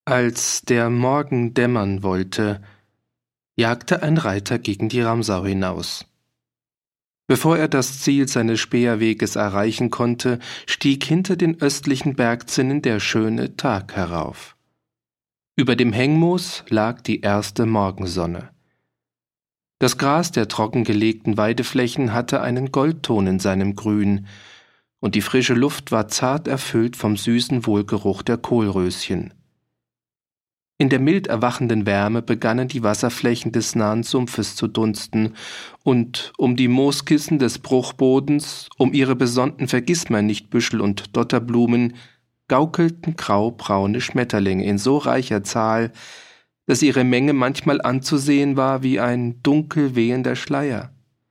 Als der Morgen dämmern wollte, jagte ein Reiter gegen die Ramsau hinaus. Bevor er das Ziel seines Späherweges erreichen konnte, stieg hinter den östlichen Bergzinnen der schöne Tag herauf. Über dem Hängmoos lag die erste Morgensonne. Das Gras der trockengelegten Weideflächen hatte einen Goldton in seinem Grün, und die frische Luft war zart erfüllt vom süßen Wohlgeruch der Kohlröschen. In der mild erwachenden Wärme begannen die Wasserflächen des nahen Sumpfes zu dunsten, und um die Mooskissen des Bruchbodens, um ihre besonnten Vergissmeinnichtbüschel und Dotterblumen, gaukelten graubraune Schmetterlinge in so reicher Zahl, dass ihre Menge manchmal anzusehen war wie ein dunkel wehender Schleier.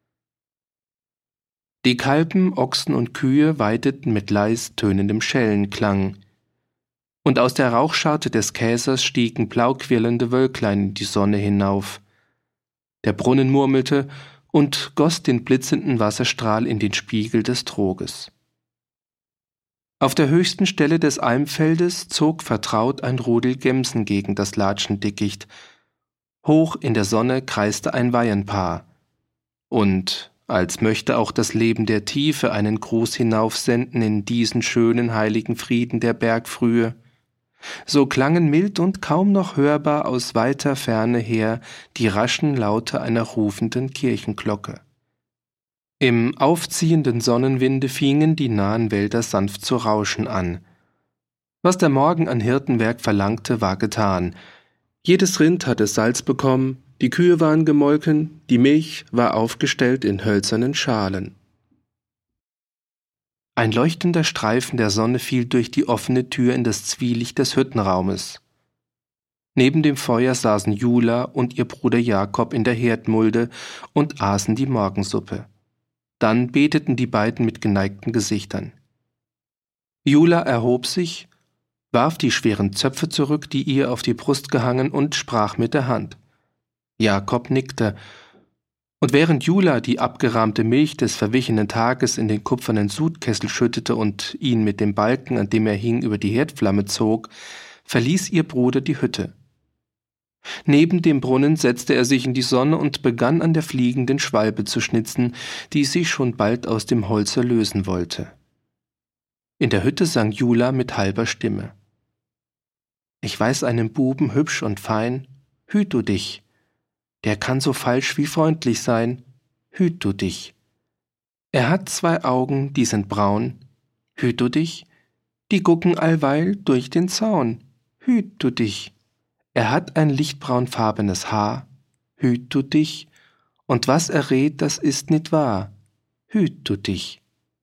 Die Kalben, Ochsen und Kühe weideten mit leis tönendem Schellenklang, und aus der Rauchscharte des Käsers stiegen blauquirlende Wölklein in die Sonne hinauf. Der Brunnen murmelte und goss den blitzenden Wasserstrahl in den Spiegel des Troges. Auf der höchsten Stelle des Almfeldes zog vertraut ein Rudel Gemsen gegen das Latschendickicht. Hoch in der Sonne kreiste ein Weihenpaar. Und, als möchte auch das Leben der Tiefe einen Gruß hinaufsenden in diesen schönen heiligen Frieden der Bergfrühe, so klangen mild und kaum noch hörbar aus weiter Ferne her die raschen Laute einer rufenden Kirchenglocke. Im aufziehenden Sonnenwinde fingen die nahen Wälder sanft zu rauschen an. Was der Morgen an Hirtenwerk verlangte, war getan. Jedes Rind hatte Salz bekommen, die Kühe waren gemolken, die Milch war aufgestellt in hölzernen Schalen. Ein leuchtender Streifen der Sonne fiel durch die offene Tür in das Zwielicht des Hüttenraumes. Neben dem Feuer saßen Jula und ihr Bruder Jakob in der Herdmulde und aßen die Morgensuppe. Dann beteten die beiden mit geneigten Gesichtern. Jula erhob sich, warf die schweren Zöpfe zurück, die ihr auf die Brust gehangen, und sprach mit der Hand. Jakob nickte, und während Jula die abgerahmte Milch des verwichenen Tages in den kupfernen Sudkessel schüttete und ihn mit dem Balken, an dem er hing, über die Herdflamme zog, verließ ihr Bruder die Hütte. Neben dem Brunnen setzte er sich in die Sonne und begann an der fliegenden Schwalbe zu schnitzen, die sich schon bald aus dem Holze lösen wollte. In der Hütte sang Jula mit halber Stimme. Ich weiß einen Buben hübsch und fein, hüt du dich. Der kann so falsch wie freundlich sein, hüt du dich. Er hat 2 Augen, die sind braun, hüt du dich. Die gucken allweil durch den Zaun, hüt du dich. Er hat ein lichtbraunfarbenes Haar, hüt du dich. Und was er redt, das ist nit wahr, hüt du dich.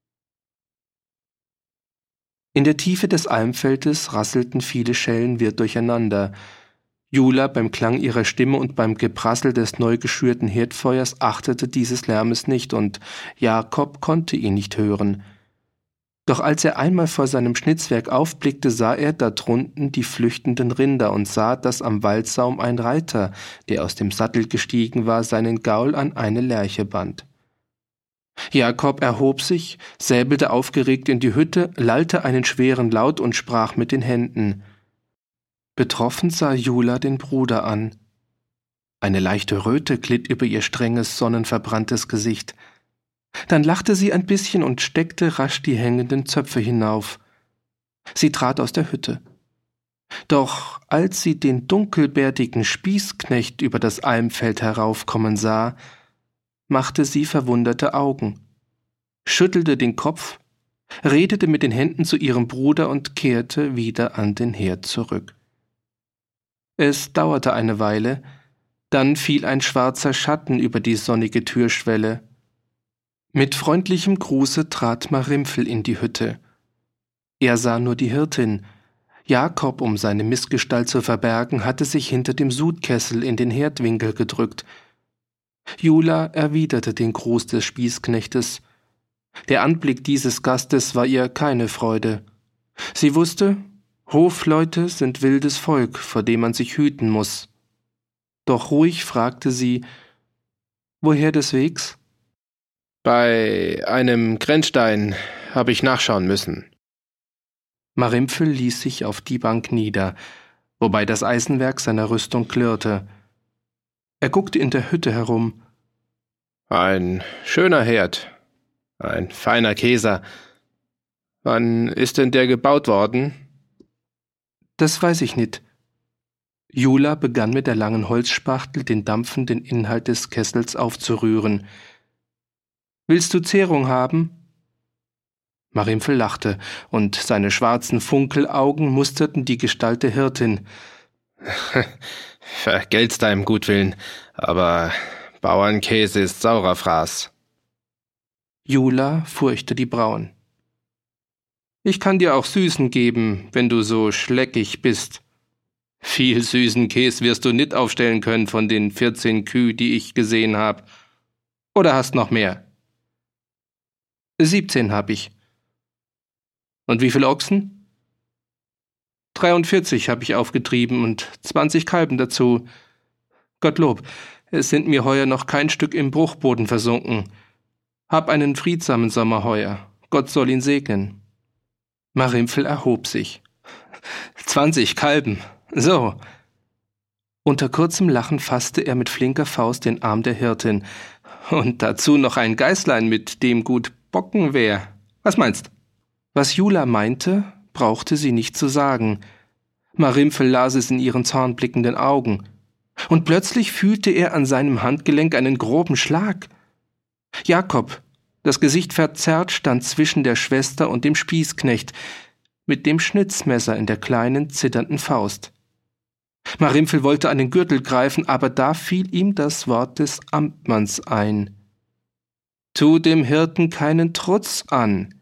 In der Tiefe des Almfeldes rasselten viele Schellen wirr durcheinander. Jula beim Klang ihrer Stimme und beim Geprassel des neu geschürten Herdfeuers achtete dieses Lärmes nicht, und Jakob konnte ihn nicht hören. Doch als er einmal vor seinem Schnitzwerk aufblickte, sah er da drunten die flüchtenden Rinder und sah, dass am Waldsaum ein Reiter, der aus dem Sattel gestiegen war, seinen Gaul an eine Lerche band. Jakob erhob sich, säbelte aufgeregt in die Hütte, lallte einen schweren Laut und sprach mit den Händen. Betroffen sah Jula den Bruder an. Eine leichte Röte glitt über ihr strenges, sonnenverbranntes Gesicht. Dann lachte sie ein bisschen und steckte rasch die hängenden Zöpfe hinauf. Sie trat aus der Hütte. Doch als sie den dunkelbärtigen Spießknecht über das Almfeld heraufkommen sah, machte sie verwunderte Augen, schüttelte den Kopf, redete mit den Händen zu ihrem Bruder und kehrte wieder an den Herd zurück. Es dauerte eine Weile, dann fiel ein schwarzer Schatten über die sonnige Türschwelle. Mit freundlichem Gruße trat Marimpfel in die Hütte. Er sah nur die Hirtin. Jakob, um seine Missgestalt zu verbergen, hatte sich hinter dem Sudkessel in den Herdwinkel gedrückt. Jula erwiderte den Gruß des Spießknechtes. Der Anblick dieses Gastes war ihr keine Freude. Sie wusste, Hofleute sind wildes Volk, vor dem man sich hüten muss. Doch ruhig fragte sie, woher des Wegs? Bei einem Grenzstein habe ich nachschauen müssen. Marimpfel ließ sich auf die Bank nieder, wobei das Eisenwerk seiner Rüstung klirrte. Er guckte in der Hütte herum. Ein schöner Herd, ein feiner Käser. Wann ist denn der gebaut worden? Das weiß ich nicht. Jula begann mit der langen Holzspachtel den dampfenden Inhalt des Kessels aufzurühren. Willst du Zehrung haben? Marimpfel lachte, und seine schwarzen Funkelaugen musterten die Gestalt der Hirtin. Vergelt's deinem Gutwillen, aber Bauernkäse ist saurer Fraß. Jula furchte die Brauen. Ich kann dir auch Süßen geben, wenn du so schleckig bist. Viel süßen Käse wirst du nicht aufstellen können von den 14 Kühe, die ich gesehen hab. Oder hast noch mehr? 17 hab ich. Und wie viel Ochsen? 43 hab ich aufgetrieben und 20 Kalben dazu. Gottlob, es sind mir heuer noch kein Stück im Bruchboden versunken. Hab einen friedsamen Sommer heuer. Gott soll ihn segnen. Marimpfel erhob sich. 20 Kalben. So. Unter kurzem Lachen fasste er mit flinker Faust den Arm der Hirtin. Und dazu noch ein Geißlein, mit dem gut bocken wär. Was meinst? Was Jula meinte, brauchte sie nicht zu sagen. Marimpfel las es in ihren zornblickenden Augen. Und plötzlich fühlte er an seinem Handgelenk einen groben Schlag. Jakob, das Gesicht verzerrt, stand zwischen der Schwester und dem Spießknecht, mit dem Schnitzmesser in der kleinen, zitternden Faust. Marimpfel wollte an den Gürtel greifen, aber da fiel ihm das Wort des Amtmanns ein. Tu dem Hirten keinen Trutz an.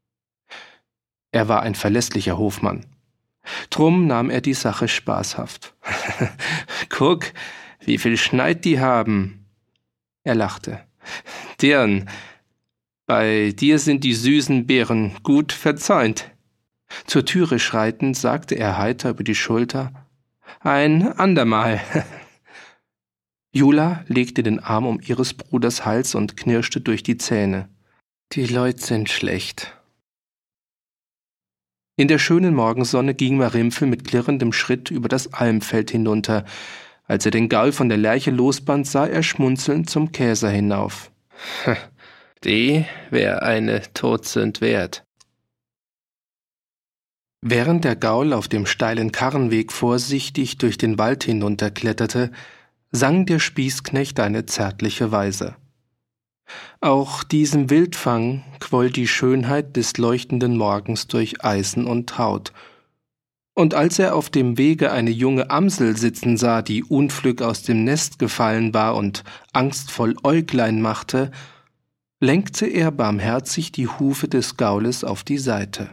Er war ein verlässlicher Hofmann. Drum nahm er die Sache spaßhaft. Guck, wie viel Schneid die haben. Er lachte. Dirn, bei dir sind die süßen Beeren gut verzäunt. Zur Türe schreitend sagte er heiter über die Schulter, ein andermal. Jula legte den Arm um ihres Bruders Hals und knirschte durch die Zähne. Die Leut sind schlecht. In der schönen Morgensonne ging Marimpfel mit klirrendem Schritt über das Almfeld hinunter. Als er den Gaul von der Lerche losband, sah er schmunzelnd zum Käser hinauf. Die wär eine Todsünd wert. Während der Gaul auf dem steilen Karrenweg vorsichtig durch den Wald hinunterkletterte, sang der Spießknecht eine zärtliche Weise. Auch diesem Wildfang quoll die Schönheit des leuchtenden Morgens durch Eisen und Haut. Und als er auf dem Wege eine junge Amsel sitzen sah, die unflügg aus dem Nest gefallen war und angstvoll Äuglein machte, lenkte er barmherzig die Hufe des Gaules auf die Seite.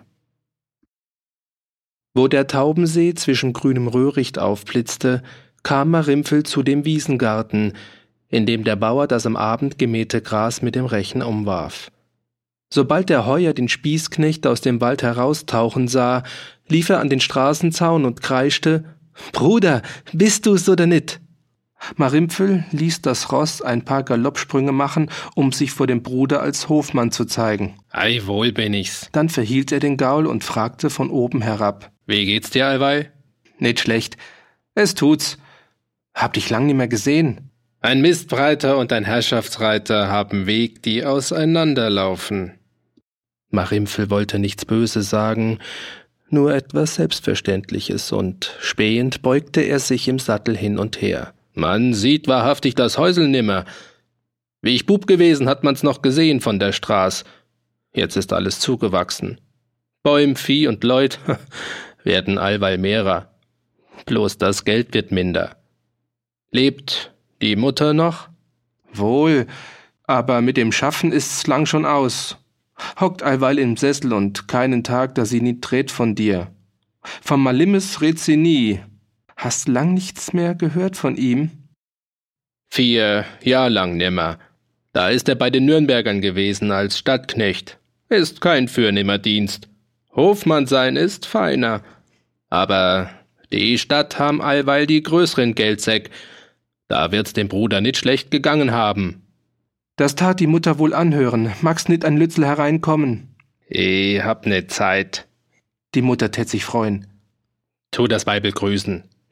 Wo der Taubensee zwischen grünem Röhricht aufblitzte, kam Marimpfel zu dem Wiesengarten, in dem der Bauer das am Abend gemähte Gras mit dem Rechen umwarf. Sobald der Heuer den Spießknecht aus dem Wald heraustauchen sah, lief er an den Straßenzaun und kreischte, »Bruder, bist du's oder nit?« Marimpfel ließ das Ross ein paar Galoppsprünge machen, um sich vor dem Bruder als Hofmann zu zeigen. Ei, wohl bin ich's. Dann verhielt er den Gaul und fragte von oben herab. Wie geht's dir, allweil? Nicht schlecht. Es tut's. Hab dich lang nicht mehr gesehen. Ein Mistbreiter und ein Herrschaftsreiter haben Weg, die auseinanderlaufen. Marimpfel wollte nichts Böses sagen, nur etwas Selbstverständliches, und spähend beugte er sich im Sattel hin und her. Man sieht wahrhaftig das Häusel nimmer. Wie ich Bub gewesen, hat man's noch gesehen von der Straß. Jetzt ist alles zugewachsen. Bäum, Vieh und Leut werden allweil mehrer. Bloß das Geld wird minder. Lebt die Mutter noch? Wohl, aber mit dem Schaffen ist's lang schon aus. Hockt allweil im Sessel und keinen Tag, da sie nie dreht von dir. Vom Malimmes redt sie nie. Hast lang nichts mehr gehört von ihm? 4 Jahr lang nimmer. Da ist er bei den Nürnbergern gewesen als Stadtknecht. Ist kein fürnehmer Dienst. Hofmann sein ist feiner. Aber die Stadt haben allweil die größeren Geldsäck. Da wird's dem Bruder nicht schlecht gegangen haben. Das tat die Mutter wohl anhören. Magst nit ein Lützel hereinkommen? Ich hab ne Zeit. Die Mutter tät sich freuen. Tu das Weibel grüßen.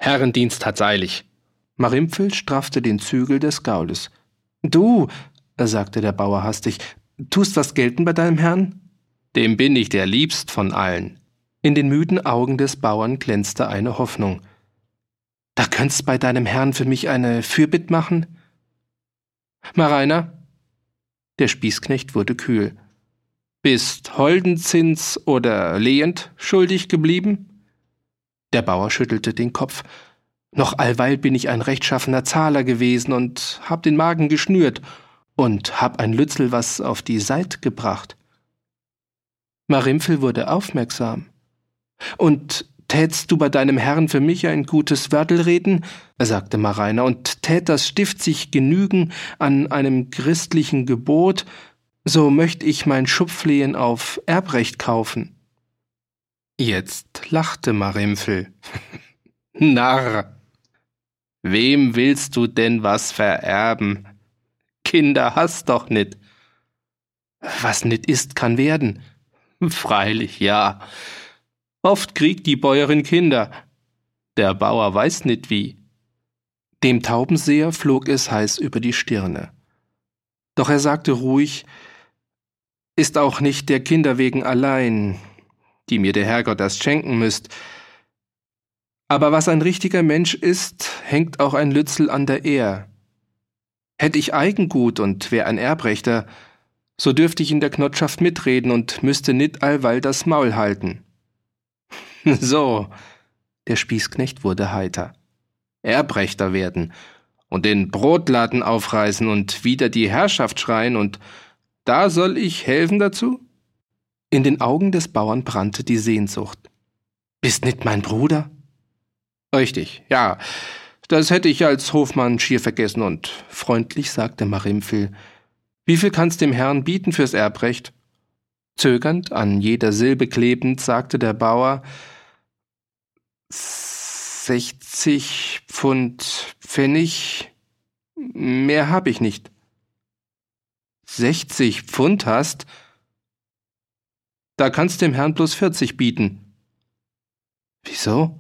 Herrendienst hat's eilig. Marimpfel straffte den Zügel des Gaules. »Du«, sagte der Bauer hastig, »tust was gelten bei deinem Herrn?« »Dem bin ich der liebst von allen.« In den müden Augen des Bauern glänzte eine Hoffnung. »Da könnt's bei deinem Herrn für mich eine Fürbitt machen?« »Mareiner?« Der Spießknecht wurde kühl. »Bist Holdenzins oder Lehend schuldig geblieben?« Der Bauer schüttelte den Kopf. »Noch allweil bin ich ein rechtschaffener Zahler gewesen und hab den Magen geschnürt und hab ein Lützel was auf die Seit gebracht.« Marimpfel wurde aufmerksam. »Und tätst du bei deinem Herrn für mich ein gutes Wörtel reden?« sagte Mareiner, »und tät das Stift sich genügen an einem christlichen Gebot, so möcht ich mein Schupflehen auf Erbrecht kaufen.« Jetzt lachte Marimpfel. »Narr! Wem willst du denn was vererben? Kinder hast doch nit.« »Was nit ist, kann werden.« »Freilich, ja. Oft kriegt die Bäuerin Kinder. Der Bauer weiß nit wie.« Dem Taubenseher flog es heiß über die Stirne. Doch er sagte ruhig, »Ist auch nicht der Kinder wegen allein, die mir der Herrgott erst schenken müsst. Aber was ein richtiger Mensch ist, hängt auch ein Lützel an der Ehr. Hätt ich Eigengut und wär ein Erbrechter, so dürft ich in der Knotschaft mitreden und müsste nit allweil das Maul halten.« »So«, der Spießknecht wurde heiter, »Erbrechter werden und den Brotladen aufreißen und wieder die Herrschaft schreien, und da soll ich helfen dazu?« In den Augen des Bauern brannte die Sehnsucht. »Bist nit mein Bruder?« »Richtig, ja, das hätte ich als Hofmann schier vergessen«, und freundlich sagte Marimpfel, »Wie viel kannst dem Herrn bieten fürs Erbrecht?« Zögernd, an jeder Silbe klebend, sagte der Bauer, 60 Pfund Pfennig, mehr hab ich nicht.« »60 Pfund hast? Da kannst dem Herrn bloß 40 bieten.« »Wieso?«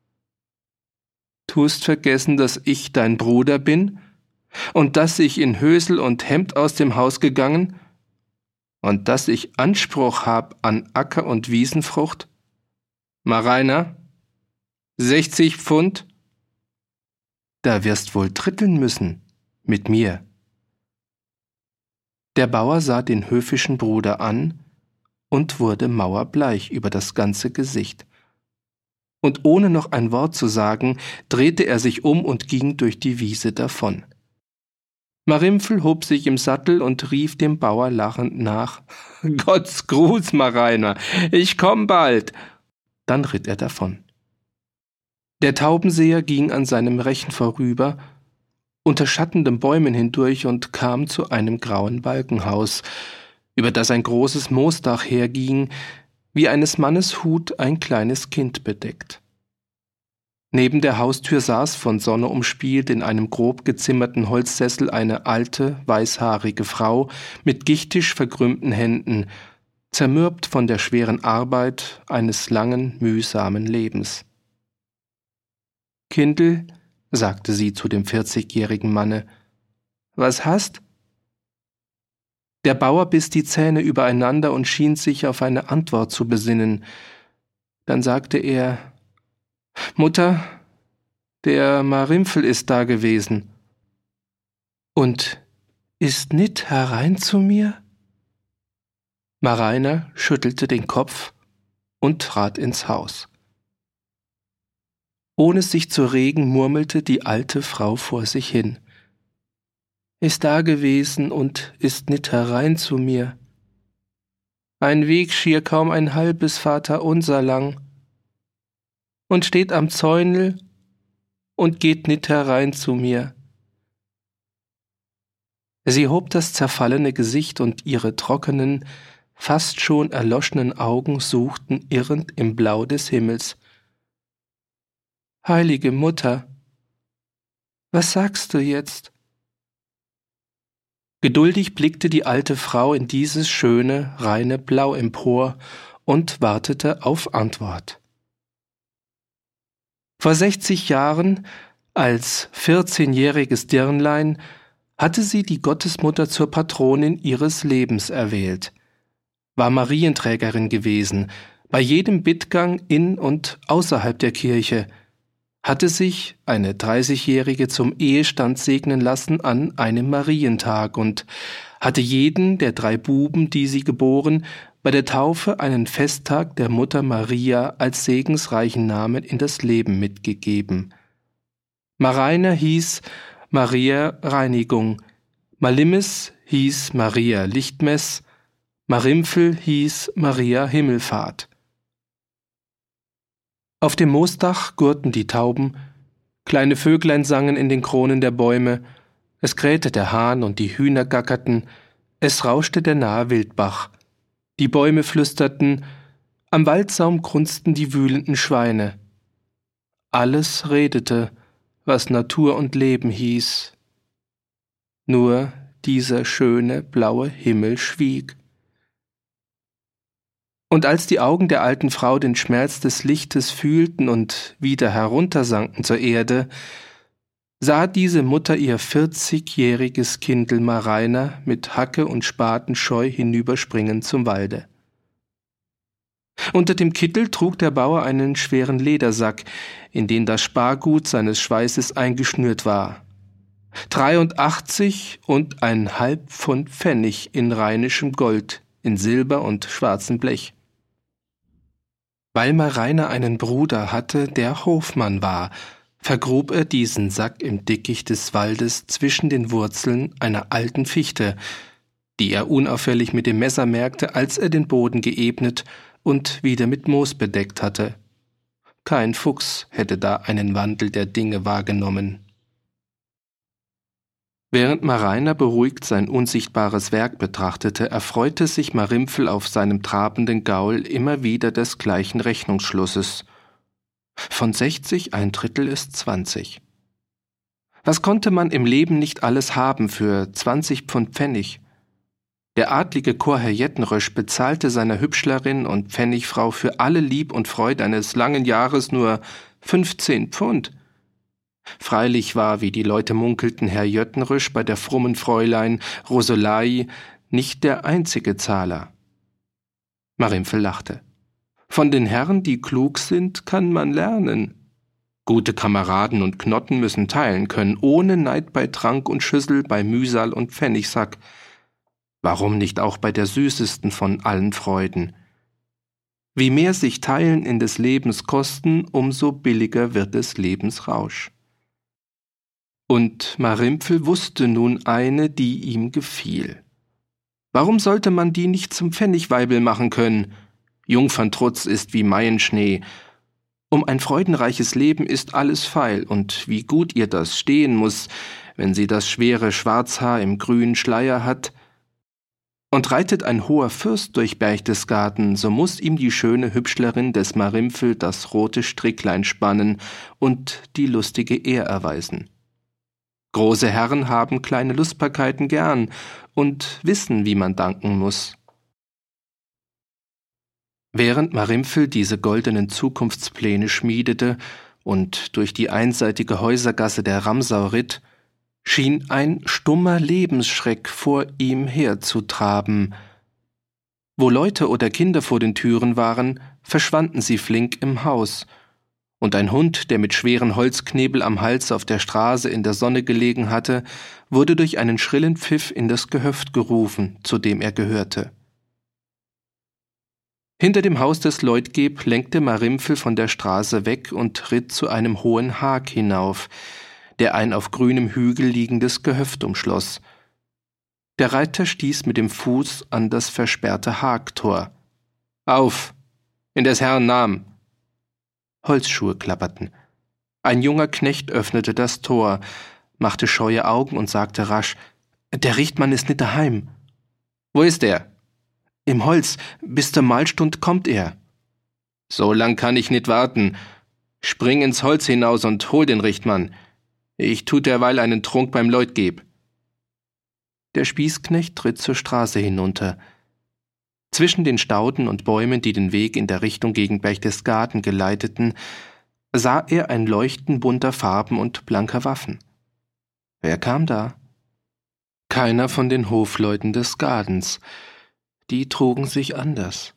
»Tust vergessen, dass ich dein Bruder bin und dass ich in Hösel und Hemd aus dem Haus gegangen und dass ich Anspruch hab an Acker- und Wiesenfrucht? Mareiner, 60 Pfund? Da wirst wohl dritteln müssen, mit mir.« Der Bauer sah den höfischen Bruder an und wurde mauerbleich über das ganze Gesicht. Und ohne noch ein Wort zu sagen, drehte er sich um und ging durch die Wiese davon. Marimpfel hob sich im Sattel und rief dem Bauer lachend nach, »Gott's Gruß, Mareiner, ich komm bald!« Dann ritt er davon. Der Taubenseher ging an seinem Rechen vorüber, unter schattenden Bäumen hindurch und kam zu einem grauen Balkenhaus, über das ein großes Moosdach herging, wie eines Mannes Hut ein kleines Kind bedeckt. Neben der Haustür saß, von Sonne umspielt, in einem grob gezimmerten Holzsessel eine alte, weißhaarige Frau mit gichtisch verkrümmten Händen, zermürbt von der schweren Arbeit eines langen, mühsamen Lebens. »Kindl«, sagte sie zu dem 40-jährigen Manne, »was hast?« Der Bauer biss die Zähne übereinander und schien sich auf eine Antwort zu besinnen. Dann sagte er, »Mutter, der Marimpfel ist da gewesen.« »Und ist nit herein zu mir?« Mareiner schüttelte den Kopf und trat ins Haus. Ohne sich zu regen, murmelte die alte Frau vor sich hin. »Ist da gewesen und ist nit herein zu mir. Ein Weg schier kaum ein halbes Vaterunser lang. Und steht am Zäunel und geht nit herein zu mir.« Sie hob das zerfallene Gesicht und ihre trockenen, fast schon erloschenen Augen suchten irrend im Blau des Himmels. »Heilige Mutter, was sagst du jetzt?« Geduldig blickte die alte Frau in dieses schöne, reine Blau empor und wartete auf Antwort. Vor 60 Jahren, als 14-jähriges Dirnlein, hatte sie die Gottesmutter zur Patronin ihres Lebens erwählt, war Marienträgerin gewesen, bei jedem Bittgang in und außerhalb der Kirche, hatte sich eine 30-Jährige zum Ehestand segnen lassen an einem Marientag und hatte jeden der 3 Buben, die sie geboren, bei der Taufe einen Festtag der Mutter Maria als segensreichen Namen in das Leben mitgegeben. Mareina hieß Maria Reinigung, Malimis hieß Maria Lichtmess, Marimpfel hieß Maria Himmelfahrt. Auf dem Moosdach gurrten die Tauben, kleine Vöglein sangen in den Kronen der Bäume, es krähte der Hahn und die Hühner gackerten, es rauschte der nahe Wildbach, die Bäume flüsterten, am Waldsaum grunzten die wühlenden Schweine. Alles redete, was Natur und Leben hieß. Nur dieser schöne blaue Himmel schwieg. Und als die Augen der alten Frau den Schmerz des Lichtes fühlten und wieder heruntersanken zur Erde, sah diese Mutter ihr 40-jähriges Kindl Mareina mit Hacke und Spaten scheu hinüberspringen zum Walde. Unter dem Kittel trug der Bauer einen schweren Ledersack, in den das Spargut seines Schweißes eingeschnürt war. 83,5 Pfund Pfennig in rheinischem Gold, in Silber und schwarzem Blech. Weil Mareina einen Bruder hatte, der Hofmann war, vergrub er diesen Sack im Dickicht des Waldes zwischen den Wurzeln einer alten Fichte, die er unauffällig mit dem Messer merkte, als er den Boden geebnet und wieder mit Moos bedeckt hatte. Kein Fuchs hätte da einen Wandel der Dinge wahrgenommen. Während Mareina beruhigt sein unsichtbares Werk betrachtete, erfreute sich Marimpfel auf seinem trabenden Gaul immer wieder des gleichen Rechnungsschlusses. Von 60 1/3 ist 20. Was konnte man im Leben nicht alles haben für 20 Pfund Pfennig? Der adlige Chorherr Jettenrösch bezahlte seiner Hübschlerin und Pfennigfrau für alle Lieb und Freud eines langen Jahres nur 15 Pfund. Freilich war, wie die Leute munkelten, Herr Jöttenrösch bei der frommen Fräulein Rosolai nicht der einzige Zahler. Marimpfel lachte. Von den Herren, die klug sind, kann man lernen. Gute Kameraden und Knotten müssen teilen können, ohne Neid bei Trank und Schüssel, bei Mühsal und Pfennigsack. Warum nicht auch bei der süßesten von allen Freuden? Wie mehr sich Teilen in des Lebens kosten, umso billiger wird des Lebens Rausch. Und Marimpfel wusste nun eine, die ihm gefiel. Warum sollte man die nicht zum Pfennigweibel machen können? Jungferntrutz ist wie Maienschnee. Um ein freudenreiches Leben ist alles feil, und wie gut ihr das stehen muß, wenn sie das schwere Schwarzhaar im grünen Schleier hat. Und reitet ein hoher Fürst durch Berchtesgaden, so muß ihm die schöne Hübschlerin des Marimpfel das rote Stricklein spannen und die lustige Ehr erweisen. Große Herren haben kleine Lustbarkeiten gern und wissen, wie man danken muß. Während Marimpfel diese goldenen Zukunftspläne schmiedete und durch die einseitige Häusergasse der Ramsau ritt, schien ein stummer Lebensschreck vor ihm herzutraben. Wo Leute oder Kinder vor den Türen waren, verschwanden sie flink im Haus, und ein Hund, der mit schweren Holzknebel am Hals auf der Straße in der Sonne gelegen hatte, wurde durch einen schrillen Pfiff in das Gehöft gerufen, zu dem er gehörte. Hinter dem Haus des Leutgeb lenkte Marimpfel von der Straße weg und ritt zu einem hohen Hag hinauf, der ein auf grünem Hügel liegendes Gehöft umschloss. Der Reiter stieß mit dem Fuß an das versperrte Hagtor. »Auf! In des Herrn Namen!« Holzschuhe klapperten. Ein junger Knecht öffnete das Tor, machte scheue Augen und sagte rasch, »Der Richtmann ist nicht daheim.« »Wo ist er?« »Im Holz, bis zur Mahlstund kommt er.« »So lang kann ich nicht warten. Spring ins Holz hinaus und hol den Richtmann. Ich tu derweil einen Trunk beim Leutgeb.« Der Spießknecht ritt zur Straße hinunter. Zwischen den Stauden und Bäumen, die den Weg in der Richtung gegen Berchtesgaden geleiteten, sah er ein Leuchten bunter Farben und blanker Waffen. Wer kam da? Keiner von den Hofleuten des Gardens. Die trugen sich anders.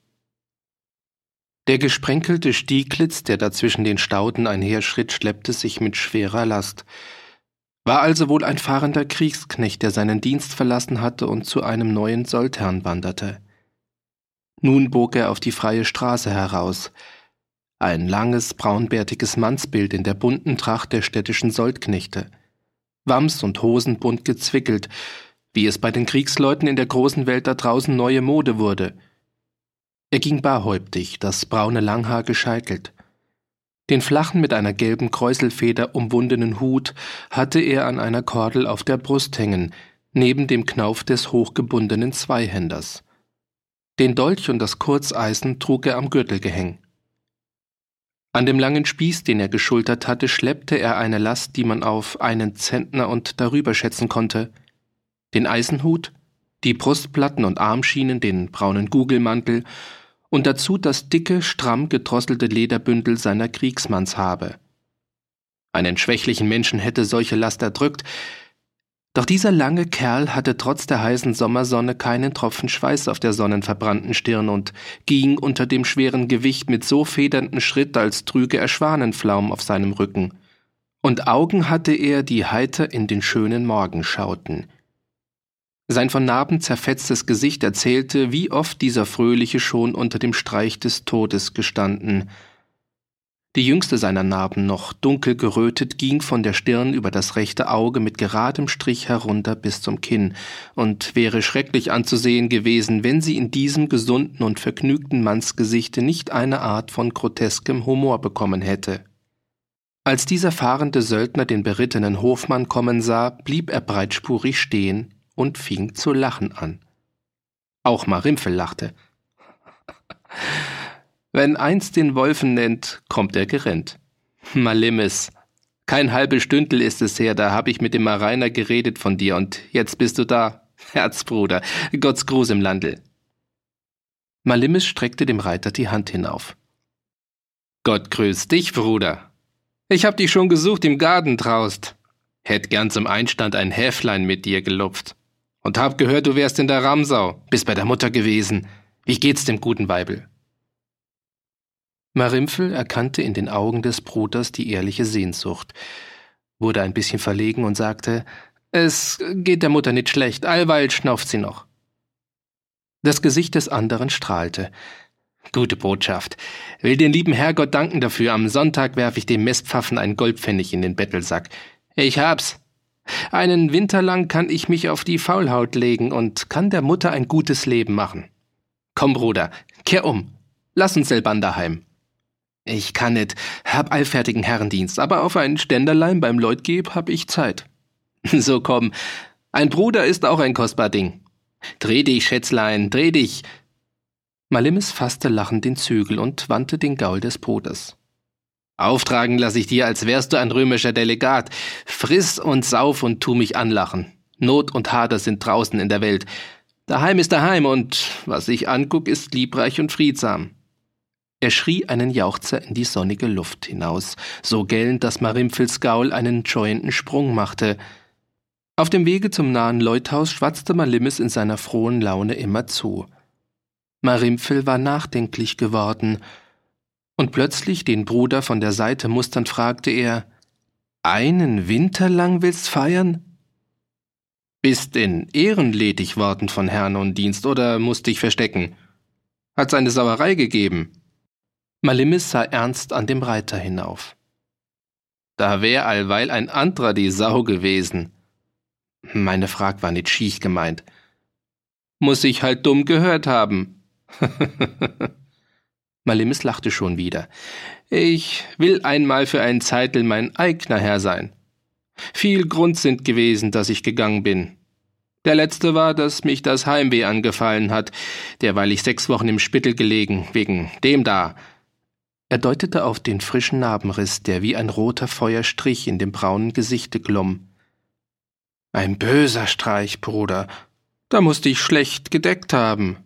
Der gesprenkelte Stieglitz, der da zwischen den Stauden einherschritt, schleppte sich mit schwerer Last. War also wohl ein fahrender Kriegsknecht, der seinen Dienst verlassen hatte und zu einem neuen Soldherrn wanderte. Nun bog er auf die freie Straße heraus. Ein langes, braunbärtiges Mannsbild in der bunten Tracht der städtischen Soldknechte. Wams und Hosen bunt gezwickelt, wie es bei den Kriegsleuten in der großen Welt da draußen neue Mode wurde. Er ging barhäuptig, das braune Langhaar gescheitelt. Den flachen, mit einer gelben Kräuselfeder umwundenen Hut hatte er an einer Kordel auf der Brust hängen, neben dem Knauf des hochgebundenen Zweihänders. Den Dolch und das Kurzeisen trug er am Gürtel gehängt. An dem langen Spieß, den er geschultert hatte, schleppte er eine Last, die man auf einen Zentner und darüber schätzen konnte. Den Eisenhut, die Brustplatten und Armschienen, den braunen Gugelmantel und dazu das dicke, stramm gedrosselte Lederbündel seiner Kriegsmannshabe. Einen schwächlichen Menschen hätte solche Last erdrückt, doch dieser lange Kerl hatte trotz der heißen Sommersonne keinen Tropfen Schweiß auf der sonnenverbrannten Stirn und ging unter dem schweren Gewicht mit so federnden Schritt, als trüge er Schwanenflaum auf seinem Rücken. Und Augen hatte er, die heiter in den schönen Morgen schauten. Sein von Narben zerfetztes Gesicht erzählte, wie oft dieser Fröhliche schon unter dem Streich des Todes gestanden. Die jüngste seiner Narben, noch dunkel gerötet, ging von der Stirn über das rechte Auge mit geradem Strich herunter bis zum Kinn und wäre schrecklich anzusehen gewesen, wenn sie in diesem gesunden und vergnügten Mannsgesichte nicht eine Art von groteskem Humor bekommen hätte. Als dieser fahrende Söldner den berittenen Hofmann kommen sah, blieb er breitspurig stehen und fing zu lachen an. Auch Marimpfel lachte. Wenn eins den Wolfen nennt, kommt er gerennt. Malimmes, kein halbes Stündel ist es her, da hab ich mit dem Mareiner geredet von dir und jetzt bist du da. Herzbruder, Gott's Gruß im Landl. Malimmes streckte dem Reiter die Hand hinauf. Gott grüß dich, Bruder. Ich hab dich schon gesucht im Garten draust. Hätt gern zum Einstand ein Häflein mit dir gelupft. Und hab gehört, du wärst in der Ramsau, bist bei der Mutter gewesen. Wie geht's dem guten Weibel? Marimpfel erkannte in den Augen des Bruders die ehrliche Sehnsucht, wurde ein bisschen verlegen und sagte, »Es geht der Mutter nicht schlecht, allweil schnauft sie noch.« Das Gesicht des anderen strahlte. »Gute Botschaft. Will den lieben Herrgott danken dafür, am Sonntag werf ich dem Mestpfaffen einen Goldpfennig in den Bettelsack. Ich hab's. Einen Winter lang kann ich mich auf die Faulhaut legen und kann der Mutter ein gutes Leben machen. Komm, Bruder, kehr um. Lass uns selbander heim. Ich kann nit, hab allfertigen Herrendienst, aber auf ein Ständerlein beim Leutgeb hab ich Zeit. So komm, ein Bruder ist auch ein kostbar Ding. Dreh dich, Schätzlein, dreh dich. Malimmes fasste lachend den Zügel und wandte den Gaul des Bruders. Auftragen lass ich dir, als wärst du ein römischer Delegat. Friss und sauf und tu mich anlachen. Not und Hader sind draußen in der Welt. Daheim ist daheim und was ich anguck, ist liebreich und friedsam. Er schrie einen Jauchzer in die sonnige Luft hinaus, so gellend, dass Marimpfels Gaul einen scheuenden Sprung machte. Auf dem Wege zum nahen Leuthaus schwatzte Malimmes in seiner frohen Laune immer zu. Marimpfel war nachdenklich geworden, und plötzlich, den Bruder von der Seite musternd, fragte er, »Einen Winter lang willst feiern?« »Bist in Ehren ledig worden von Herrn und Dienst, oder musst dich verstecken? Hat's eine Sauerei gegeben?« Malimmes sah ernst an dem Reiter hinauf. »Da wär allweil ein andrer die Sau gewesen.« Meine Frag war nicht schiech gemeint. »Muss ich halt dumm gehört haben.« Malimmes lachte schon wieder. »Ich will einmal für ein Zeitl mein eigener Herr sein. Viel Grund sind gewesen, dass ich gegangen bin. Der letzte war, dass mich das Heimweh angefallen hat, derweil ich 6 Wochen im Spittel gelegen, wegen dem da.« Er deutete auf den frischen Narbenriss, der wie ein roter Feuerstrich in dem braunen Gesichte glomm. »Ein böser Streich, Bruder. Da musst ich schlecht gedeckt haben.«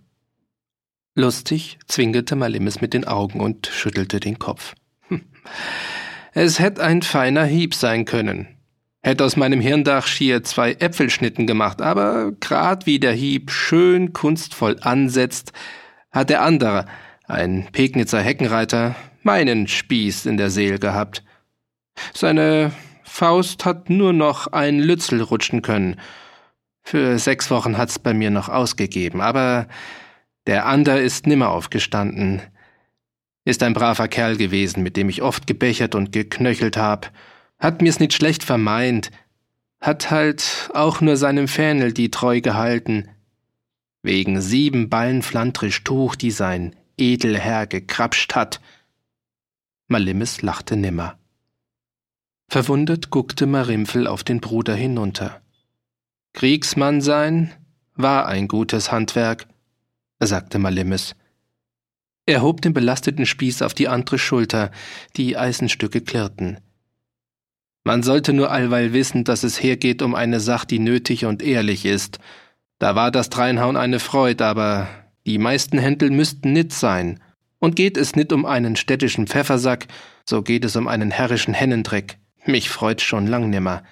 Lustig zwinkerte Malimmes mit den Augen und schüttelte den Kopf. Es hätt ein feiner Hieb sein können. Hätt aus meinem Hirndach schier 2 Äpfelschnitten gemacht, aber grad wie der Hieb schön kunstvoll ansetzt, hat der andere, ein Pegnitzer Heckenreiter, meinen Spieß in der Seel gehabt. Seine Faust hat nur noch ein Lützel rutschen können. Für 6 Wochen hat's bei mir noch ausgegeben, aber der ander ist nimmer aufgestanden. Ist ein braver Kerl gewesen, mit dem ich oft gebechert und geknöchelt hab. Hat mir's nicht schlecht vermeint. Hat halt auch nur seinem Fähnel die Treu gehalten. Wegen 7 Ballen flandrisch Tuch, die sein Edelherr gekrapscht hat. Malimis lachte nimmer. Verwundert guckte Marimpfel auf den Bruder hinunter. Kriegsmann sein war ein gutes Handwerk, sagte Malimis. Er hob den belasteten Spieß auf die andere Schulter, die Eisenstücke klirrten. Man sollte nur allweil wissen, dass es hergeht um eine Sach, die nötig und ehrlich ist. Da war das Dreinhauen eine Freud, aber die meisten Händel müssten nit sein. Und geht es nit um einen städtischen Pfeffersack, so geht es um einen herrischen Hennendreck. Mich freut's schon lang nimmer.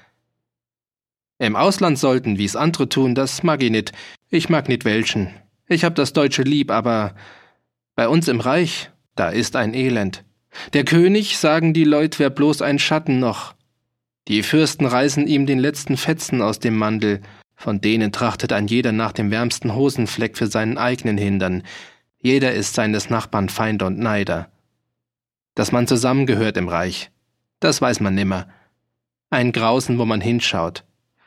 Im Ausland sollten, wie's andere tun, das mag ich nit. Ich mag nit welschen. Ich hab das Deutsche lieb, aber bei uns im Reich, da ist ein Elend. Der König, sagen die Leut, wär bloß ein Schatten noch. Die Fürsten reißen ihm den letzten Fetzen aus dem Mandel, von denen trachtet ein jeder nach dem wärmsten Hosenfleck für seinen eigenen Hindern. Jeder ist seines Nachbarn Feind und Neider. Dass man zusammengehört im Reich, das weiß man nimmer. Ein Grausen, wo man hinschaut.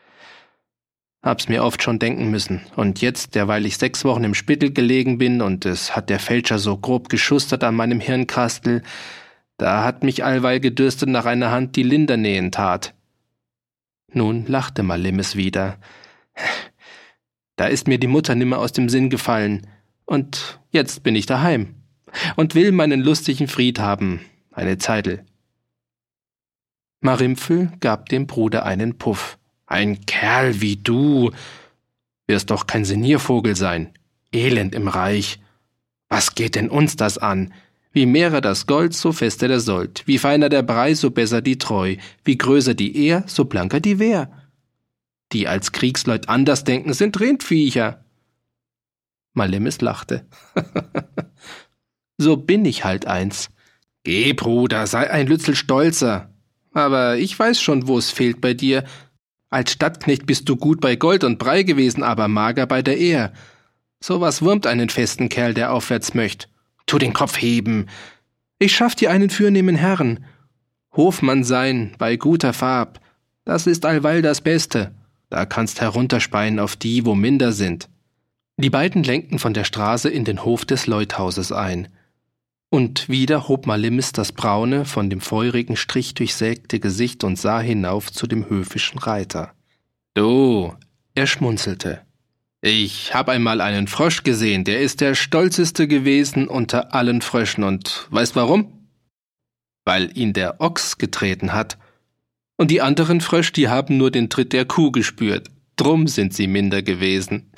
Hab's mir oft schon denken müssen, und jetzt, derweil ich 6 Wochen im Spittel gelegen bin und es hat der Fälscher so grob geschustert an meinem Hirnkastel, da hat mich allweil gedürstet nach einer Hand, die Linder nähen tat. Nun lachte Malimis wieder. Da ist mir die Mutter nimmer aus dem Sinn gefallen, und jetzt bin ich daheim und will meinen lustigen Fried haben, eine Zeitl. Marimpfel gab dem Bruder einen Puff. Ein Kerl wie du wirst doch kein Seniervogel sein. Elend im Reich. Was geht denn uns das an? Wie mehrer das Gold, so fester der Sold. Wie feiner der Brei, so besser die Treu. Wie größer die Ehr, so blanker die Wehr. Die als Kriegsleut anders denken, sind Rindviecher. Malimis lachte. So bin ich halt eins. Geh, Bruder, sei ein Lützel stolzer. Aber ich weiß schon, wo es fehlt bei dir. Als Stadtknecht bist du gut bei Gold und Brei gewesen, aber mager bei der Ehr. Sowas wurmt einen festen Kerl, der aufwärts möcht. Tu den Kopf heben. Ich schaff dir einen fürnehmen Herrn. Hofmann sein, bei guter Farb. Das ist allweil das Beste. Da kannst herunterspeien auf die, wo minder sind. Die beiden lenkten von der Straße in den Hof des Leuthauses ein. Und wieder hob Malimis das braune, von dem feurigen Strich durchsägte Gesicht und sah hinauf zu dem höfischen Reiter. »Du«, er schmunzelte, »ich hab einmal einen Frosch gesehen, der ist der stolzeste gewesen unter allen Fröschen, und weißt warum? Weil ihn der Ochs getreten hat. Und die anderen Frösch, die haben nur den Tritt der Kuh gespürt, drum sind sie minder gewesen.«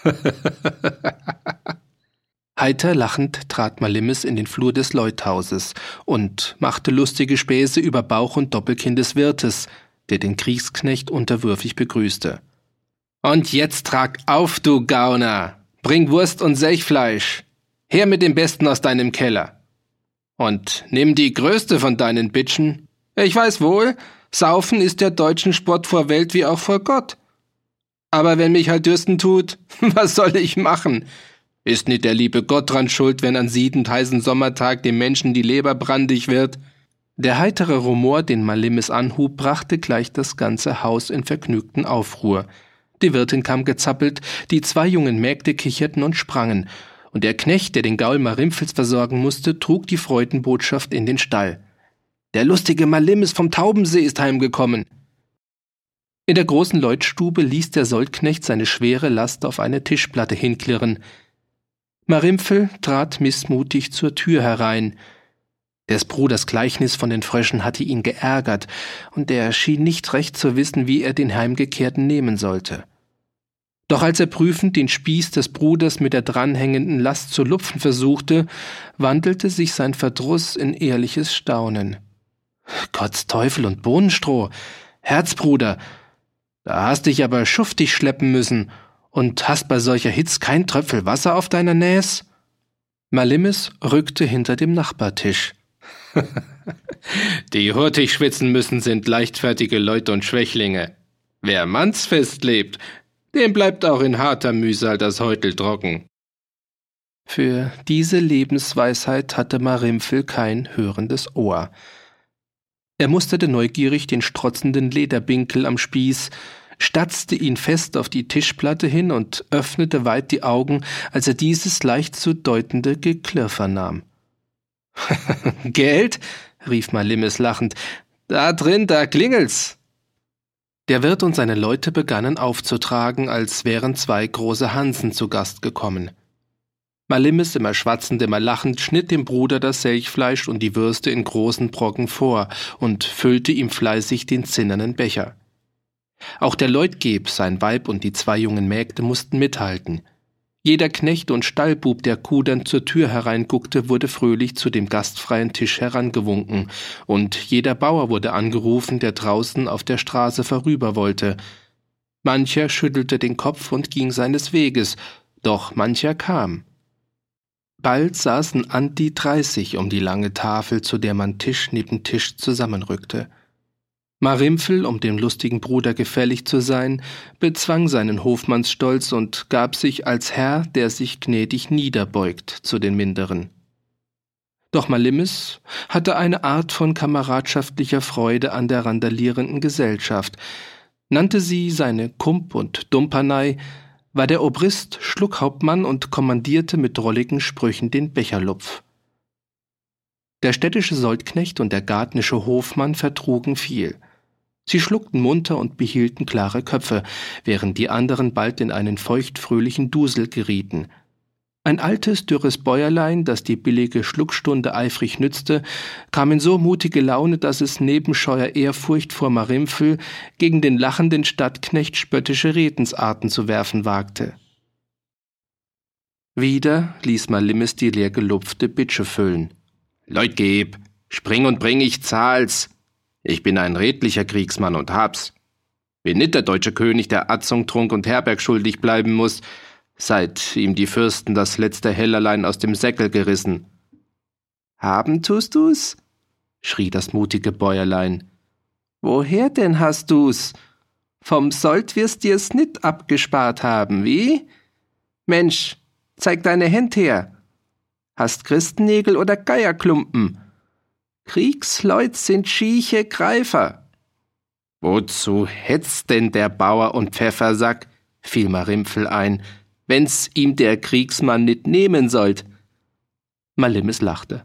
Heiter lachend trat Malimis in den Flur des Leuthauses und machte lustige Späße über Bauch und Doppelkinn des Wirtes, der den Kriegsknecht unterwürfig begrüßte. »Und jetzt trag auf, du Gauner! Bring Wurst und Selchfleisch! Her mit dem Besten aus deinem Keller! Und nimm die größte von deinen Bitschen! Ich weiß wohl, Saufen ist der deutschen Sport vor Welt wie auch vor Gott. Aber wenn mich halt dürsten tut, was soll ich machen? Ist nicht der liebe Gott dran schuld, wenn an siedend heißen Sommertag dem Menschen die Leber brandig wird?« Der heitere Rumor, den Malimis anhub, brachte gleich das ganze Haus in vergnügten Aufruhr. Die Wirtin kam gezappelt, die 2 jungen Mägde kicherten und sprangen, und der Knecht, der den Gaul Marimpfels versorgen musste, trug die Freudenbotschaft in den Stall. »Der lustige Malimis vom Taubensee ist heimgekommen!« In der großen Leutstube ließ der Soldknecht seine schwere Last auf eine Tischplatte hinklirren. Marimpfel trat missmutig zur Tür herein. Des Bruders Gleichnis von den Fröschen hatte ihn geärgert, und er schien nicht recht zu wissen, wie er den Heimgekehrten nehmen sollte. Doch als er prüfend den Spieß des Bruders mit der dranhängenden Last zu lupfen versuchte, wandelte sich sein Verdruss in ehrliches Staunen. Gott's Teufel und Bohnenstroh. Herzbruder, da hast dich aber schuftig schleppen müssen und hast bei solcher Hitz kein Tröpfel Wasser auf deiner Näs? Malimis rückte hinter dem Nachbartisch. Die hurtig schwitzen müssen, sind leichtfertige Leute und Schwächlinge. Wer mannsfest lebt, dem bleibt auch in harter Mühsal das Häutel trocken. Für diese Lebensweisheit hatte Marimpfel kein hörendes Ohr. Er musterte neugierig den strotzenden Lederbinkel am Spieß, statzte ihn fest auf die Tischplatte hin und öffnete weit die Augen, als er dieses leicht zu deutende Geklirr vernahm. »Geld?« rief Malimis lachend. »Da drin, da klingelt's!« Der Wirt und seine Leute begannen aufzutragen, als wären zwei große Hansen zu Gast gekommen. Malimis, immer schwatzend, immer lachend, schnitt dem Bruder das Selchfleisch und die Würste in großen Brocken vor und füllte ihm fleißig den zinnernen Becher. Auch der Leutgeb, sein Weib und die zwei jungen Mägde mussten mithalten. Jeder Knecht und Stallbub, der kudernd zur Tür hereinguckte, wurde fröhlich zu dem gastfreien Tisch herangewunken, und jeder Bauer wurde angerufen, der draußen auf der Straße vorüber wollte. Mancher schüttelte den Kopf und ging seines Weges, doch mancher kam. Bald saßen an die 30 um die lange Tafel, zu der man Tisch neben Tisch zusammenrückte. Marimpfel, um dem lustigen Bruder gefällig zu sein, bezwang seinen Hofmannsstolz und gab sich als Herr, der sich gnädig niederbeugt, zu den Minderen. Doch Malimis hatte eine Art von kameradschaftlicher Freude an der randalierenden Gesellschaft, nannte sie seine Kump und Dumpernei, war der Obrist Schluckhauptmann und kommandierte mit drolligen Sprüchen den Becherlupf. Der städtische Soldknecht und der gartnische Hofmann vertrugen viel. Sie schluckten munter und behielten klare Köpfe, während die anderen bald in einen feuchtfröhlichen Dusel gerieten. Ein altes, dürres Bäuerlein, das die billige Schluckstunde eifrig nützte, kam in so mutige Laune, dass es neben scheuer Ehrfurcht vor Marimpfel gegen den lachenden Stadtknecht spöttische Redensarten zu werfen wagte. Wieder ließ Malimis die leer gelupfte Bitsche füllen. »Leutgeb, spring und bring, ich zahl's. Ich bin ein redlicher Kriegsmann und hab's. Bin nicht der deutsche König, der Atzung, Trunk und Herberg schuldig bleiben muss, seit ihm die Fürsten das letzte Hellerlein aus dem Säckel gerissen.« »Haben tust du's?« schrie das mutige Bäuerlein. »Woher denn hast du's? Vom Sold wirst dir's nit abgespart haben, wie? Mensch, zeig deine Händ her. Hast Christennägel oder Geierklumpen? Kriegsleut sind schieche Greifer.« »Wozu hetzt denn der Bauer und Pfeffersack«, fiel Marimpfel ein, »wenn's ihm der Kriegsmann nit nehmen sollt?« Malimis lachte.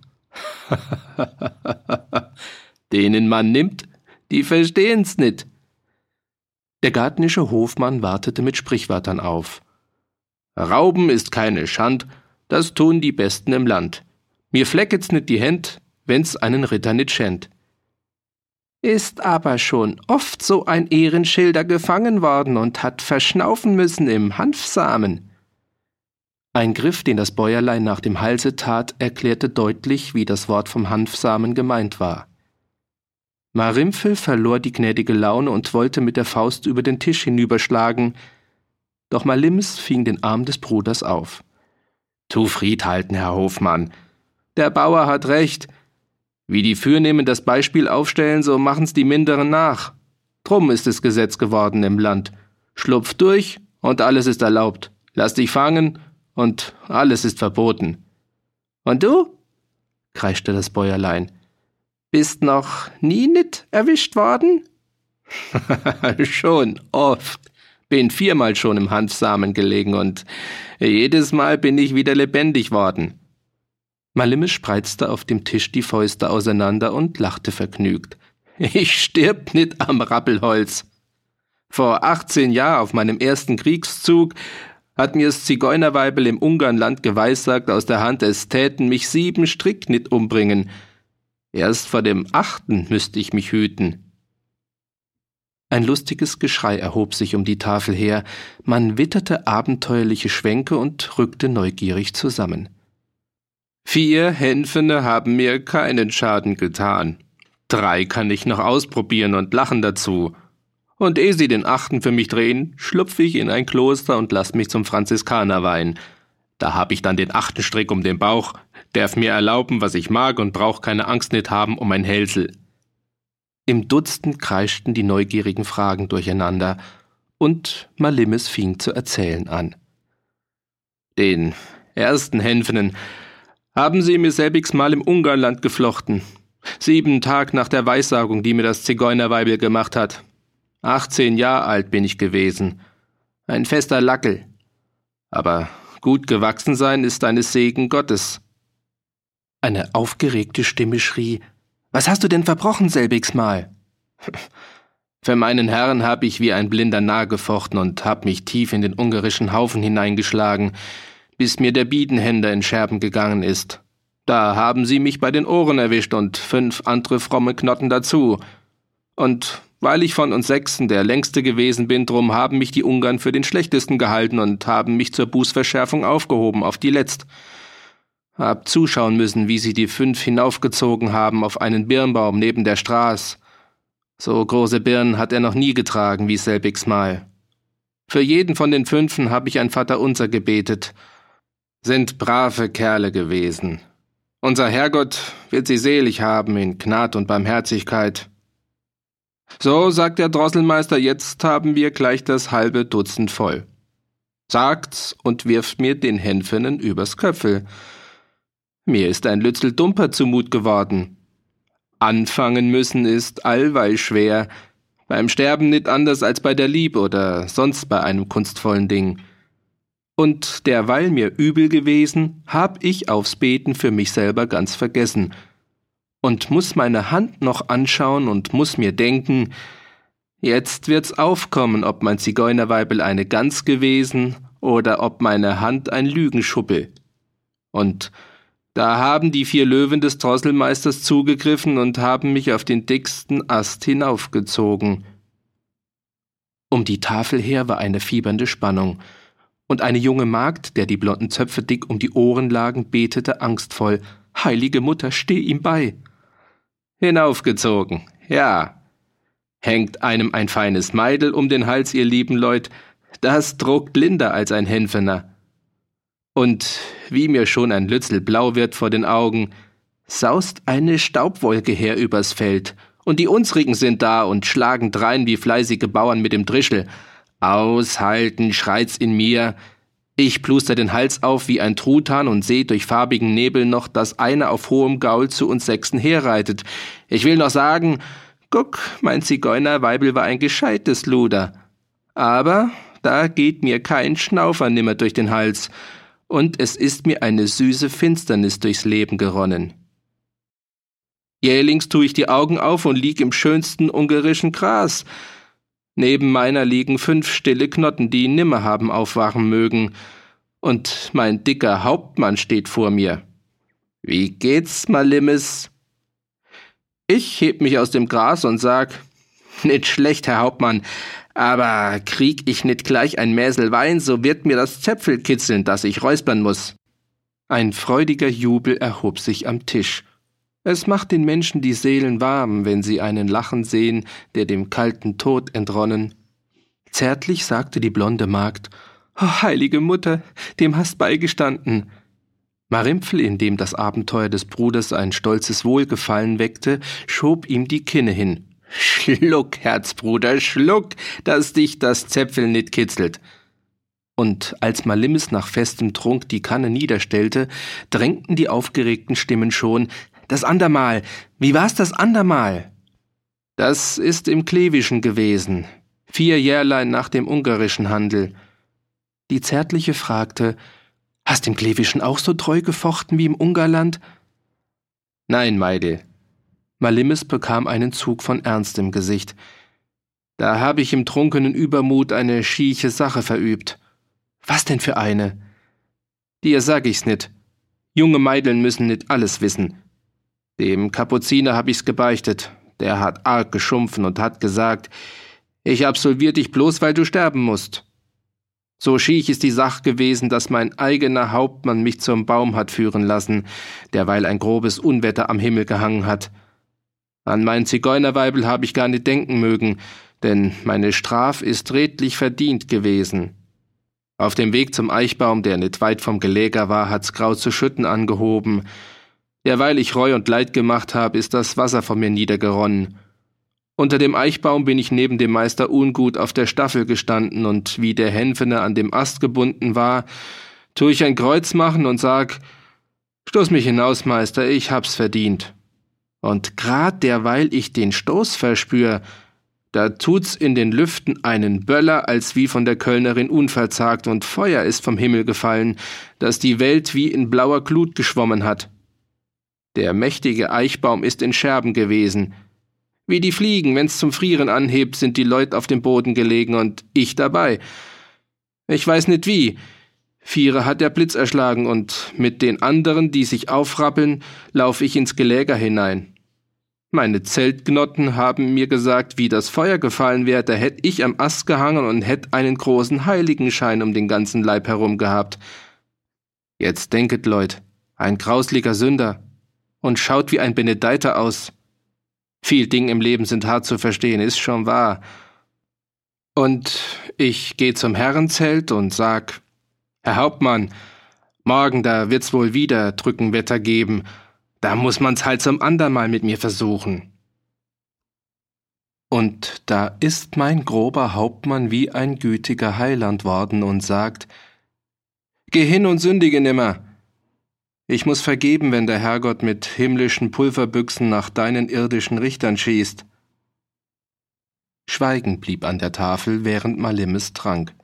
»Denen man nimmt, die verstehen's nit.« Der gartnische Hofmann wartete mit Sprichwörtern auf. »Rauben ist keine Schand, das tun die Besten im Land. Mir flecket's nit die Händ, wenn's einen Ritter nit schänd.« »Ist aber schon oft so ein Ehrenschilder gefangen worden und hat verschnaufen müssen im Hanfsamen.« Ein Griff, den das Bäuerlein nach dem Halse tat, erklärte deutlich, wie das Wort vom Hanfsamen gemeint war. Marimpfel verlor die gnädige Laune und wollte mit der Faust über den Tisch hinüberschlagen, doch Malimis fing den Arm des Bruders auf. »Tu Fried halten, Herr Hofmann. Der Bauer hat recht. Wie die Fürnehmen das Beispiel aufstellen, so machen's die Minderen nach. Drum ist es Gesetz geworden im Land. Schlupf durch und alles ist erlaubt. Lass dich fangen und alles ist verboten.« »Und du?« kreischte das Bäuerlein. »Bist noch nie nit erwischt worden?« »Schon oft. Bin 4-mal schon im Hanfsamen gelegen und jedes Mal bin ich wieder lebendig worden.« Malimis spreizte auf dem Tisch die Fäuste auseinander und lachte vergnügt. »Ich stirb nit am Rappelholz. Vor 18 Jahren auf meinem ersten Kriegszug hat mir's Zigeunerweibel im Ungarnland geweissagt aus der Hand, es täten mich 7 Strick nit umbringen. Erst vor dem 8. müsste ich mich hüten.« Ein lustiges Geschrei erhob sich um die Tafel her, man witterte abenteuerliche Schwänke und rückte neugierig zusammen. 4 Hänfene haben mir keinen Schaden getan. 3 kann ich noch ausprobieren und lachen dazu. Und ehe sie den 8. für mich drehen, schlupfe ich in ein Kloster und lass mich zum Franziskaner weihen. Da hab ich dann den 8. Strick um den Bauch, darf mir erlauben, was ich mag und brauch keine Angst nicht haben um ein Hälsel. Im Dutzend kreischten die neugierigen Fragen durcheinander, und Malimes fing zu erzählen an. Den ersten Hänfenen haben sie mir selbigs mal im Ungarland geflochten. 7 Tag nach der Weissagung, die mir das Zigeunerweibel gemacht hat. 18 Jahre alt bin ich gewesen. Ein fester Lackel. Aber gut gewachsen sein ist eines Segen Gottes. Eine aufgeregte Stimme schrie: »Was hast du denn verbrochen selbigs mal?« Für meinen Herrn hab ich wie ein blinder Narr gefochten und hab mich tief in den ungarischen Haufen hineingeschlagen, bis mir der Biedenhänder in Scherben gegangen ist. Da haben sie mich bei den Ohren erwischt und 5 andere fromme Knotten dazu. Und weil ich von uns 6 der längste gewesen bin, drum haben mich die Ungarn für den schlechtesten gehalten und haben mich zur Bußverschärfung aufgehoben auf die Letzt. Hab zuschauen müssen, wie sie die 5 hinaufgezogen haben auf einen Birnbaum neben der Straß. So große Birnen hat er noch nie getragen wie selbigs Mal. Für jeden von den 5 hab ich ein Vaterunser gebetet. Sind brave Kerle gewesen. Unser Herrgott wird sie selig haben in Gnad und Barmherzigkeit. So, sagt der Drosselmeister, jetzt haben wir gleich das halbe Dutzend voll. Sagt's und wirft mir den Hänfenen übers Köpfel. Mir ist ein Lützel Dumper zumut geworden. Anfangen müssen ist allweil schwer, beim Sterben nicht anders als bei der Lieb oder sonst bei einem kunstvollen Ding. Und derweil mir übel gewesen, hab ich aufs Beten für mich selber ganz vergessen und muß meine Hand noch anschauen und muß mir denken, jetzt wird's aufkommen, ob mein Zigeunerweibel eine Gans gewesen oder ob meine Hand ein Lügenschuppel. Und da haben die 4 Löwen des Drosselmeisters zugegriffen und haben mich auf den dicksten Ast hinaufgezogen. Um die Tafel her war eine fiebernde Spannung, und eine junge Magd, der die blonden Zöpfe dick um die Ohren lagen, betete angstvoll: »Heilige Mutter, steh ihm bei!« Hinaufgezogen, ja. Hängt einem ein feines Meidel um den Hals, ihr lieben Leut, das druckt linder als ein Hänfener. Und wie mir schon ein Lützel blau wird vor den Augen, saust eine Staubwolke her übers Feld, und die unsrigen sind da und schlagen drein wie fleißige Bauern mit dem Drischel. Aushalten, schreit's in mir. Ich pluster den Hals auf wie ein Truthahn und seh durch farbigen Nebel noch, dass einer auf hohem Gaul zu uns 6 herreitet. Ich will noch sagen, guck, mein Zigeunerweibel war ein gescheites Luder. Aber da geht mir kein Schnaufer nimmer durch den Hals, und es ist mir eine süße Finsternis durchs Leben geronnen. Jählings tu ich die Augen auf und lieg im schönsten ungarischen Gras. Neben meiner liegen 5 stille Knotten, die nimmer haben aufwachen mögen, und mein dicker Hauptmann steht vor mir. »Wie geht's, Malimes?« Ich heb mich aus dem Gras und sag, »Nicht schlecht, Herr Hauptmann, aber krieg ich nicht gleich ein Mäsel Wein, so wird mir das Zäpfel kitzeln, dass ich räuspern muß.« Ein freudiger Jubel erhob sich am Tisch. Es macht den Menschen die Seelen warm, wenn sie einen lachen sehen, der dem kalten Tod entronnen. Zärtlich sagte die blonde Magd: »Oh, heilige Mutter, dem hast beigestanden.« Marimpfel, in dem das Abenteuer des Bruders ein stolzes Wohlgefallen weckte, schob ihm die Kinne hin. »Schluck, Herzbruder, schluck, dass dich das Zäpfel nit kitzelt.« Und als Malimes nach festem Trunk die Kanne niederstellte, drängten die aufgeregten Stimmen schon: »Das andermal! Wie war's das andermal?« »Das ist im Klevischen gewesen, 4 Jährlein nach dem ungarischen Handel.« Die Zärtliche fragte: »Hast im Klevischen auch so treu gefochten wie im Ungarland?« »Nein, Meidel.« Malimes bekam einen Zug von Ernst im Gesicht. »Da habe ich im trunkenen Übermut eine schieche Sache verübt.« »Was denn für eine?« »Dir sag ich's nit. Junge Meideln müssen nit alles wissen. Dem Kapuziner hab ich's gebeichtet. Der hat arg geschumpfen und hat gesagt, ich absolvier dich bloß, weil du sterben musst. So schiech ist die Sach gewesen, dass mein eigener Hauptmann mich zum Baum hat führen lassen, derweil ein grobes Unwetter am Himmel gehangen hat. An mein Zigeunerweibel habe ich gar nicht denken mögen, denn meine Straf ist redlich verdient gewesen. Auf dem Weg zum Eichbaum, der nicht weit vom Geläger war, hat's grau zu schütten angehoben. Derweil ich Reu und Leid gemacht habe, ist das Wasser von mir niedergeronnen. Unter dem Eichbaum bin ich neben dem Meister Ungut auf der Staffel gestanden, und wie der Hänfene an dem Ast gebunden war, tu ich ein Kreuz machen und sag: »Stoß mich hinaus, Meister, ich hab's verdient.« Und grad derweil ich den Stoß verspür, da tut's in den Lüften einen Böller, als wie von der Kölnerin unverzagt, und Feuer ist vom Himmel gefallen, dass die Welt wie in blauer Glut geschwommen hat. Der mächtige Eichbaum ist in Scherben gewesen. Wie die Fliegen, wenn's zum Frieren anhebt, sind die Leut auf dem Boden gelegen und ich dabei. Ich weiß nicht wie. 4 hat der Blitz erschlagen, und mit den anderen, die sich aufrappeln, lauf ich ins Geläger hinein. Meine Zeltgenotten haben mir gesagt, wie das Feuer gefallen wäre, da hätt ich am Ast gehangen und hätt einen großen Heiligenschein um den ganzen Leib herum gehabt. Jetzt denket, Leut, ein grausliger Sünder, und schaut wie ein Benedeiter aus. Viel Dinge im Leben sind hart zu verstehen, ist schon wahr. Und ich geh zum Herrenzelt und sag: »Herr Hauptmann, morgen, da wird's wohl wieder Drückenwetter geben. Da muss man's halt zum andermal mit mir versuchen.« Und da ist mein grober Hauptmann wie ein gütiger Heiland worden und sagt: »Geh hin und sündige nimmer. Ich muss vergeben, wenn der Herrgott mit himmlischen Pulverbüchsen nach deinen irdischen Richtern schießt.« Schweigen blieb an der Tafel, während Malimes trank.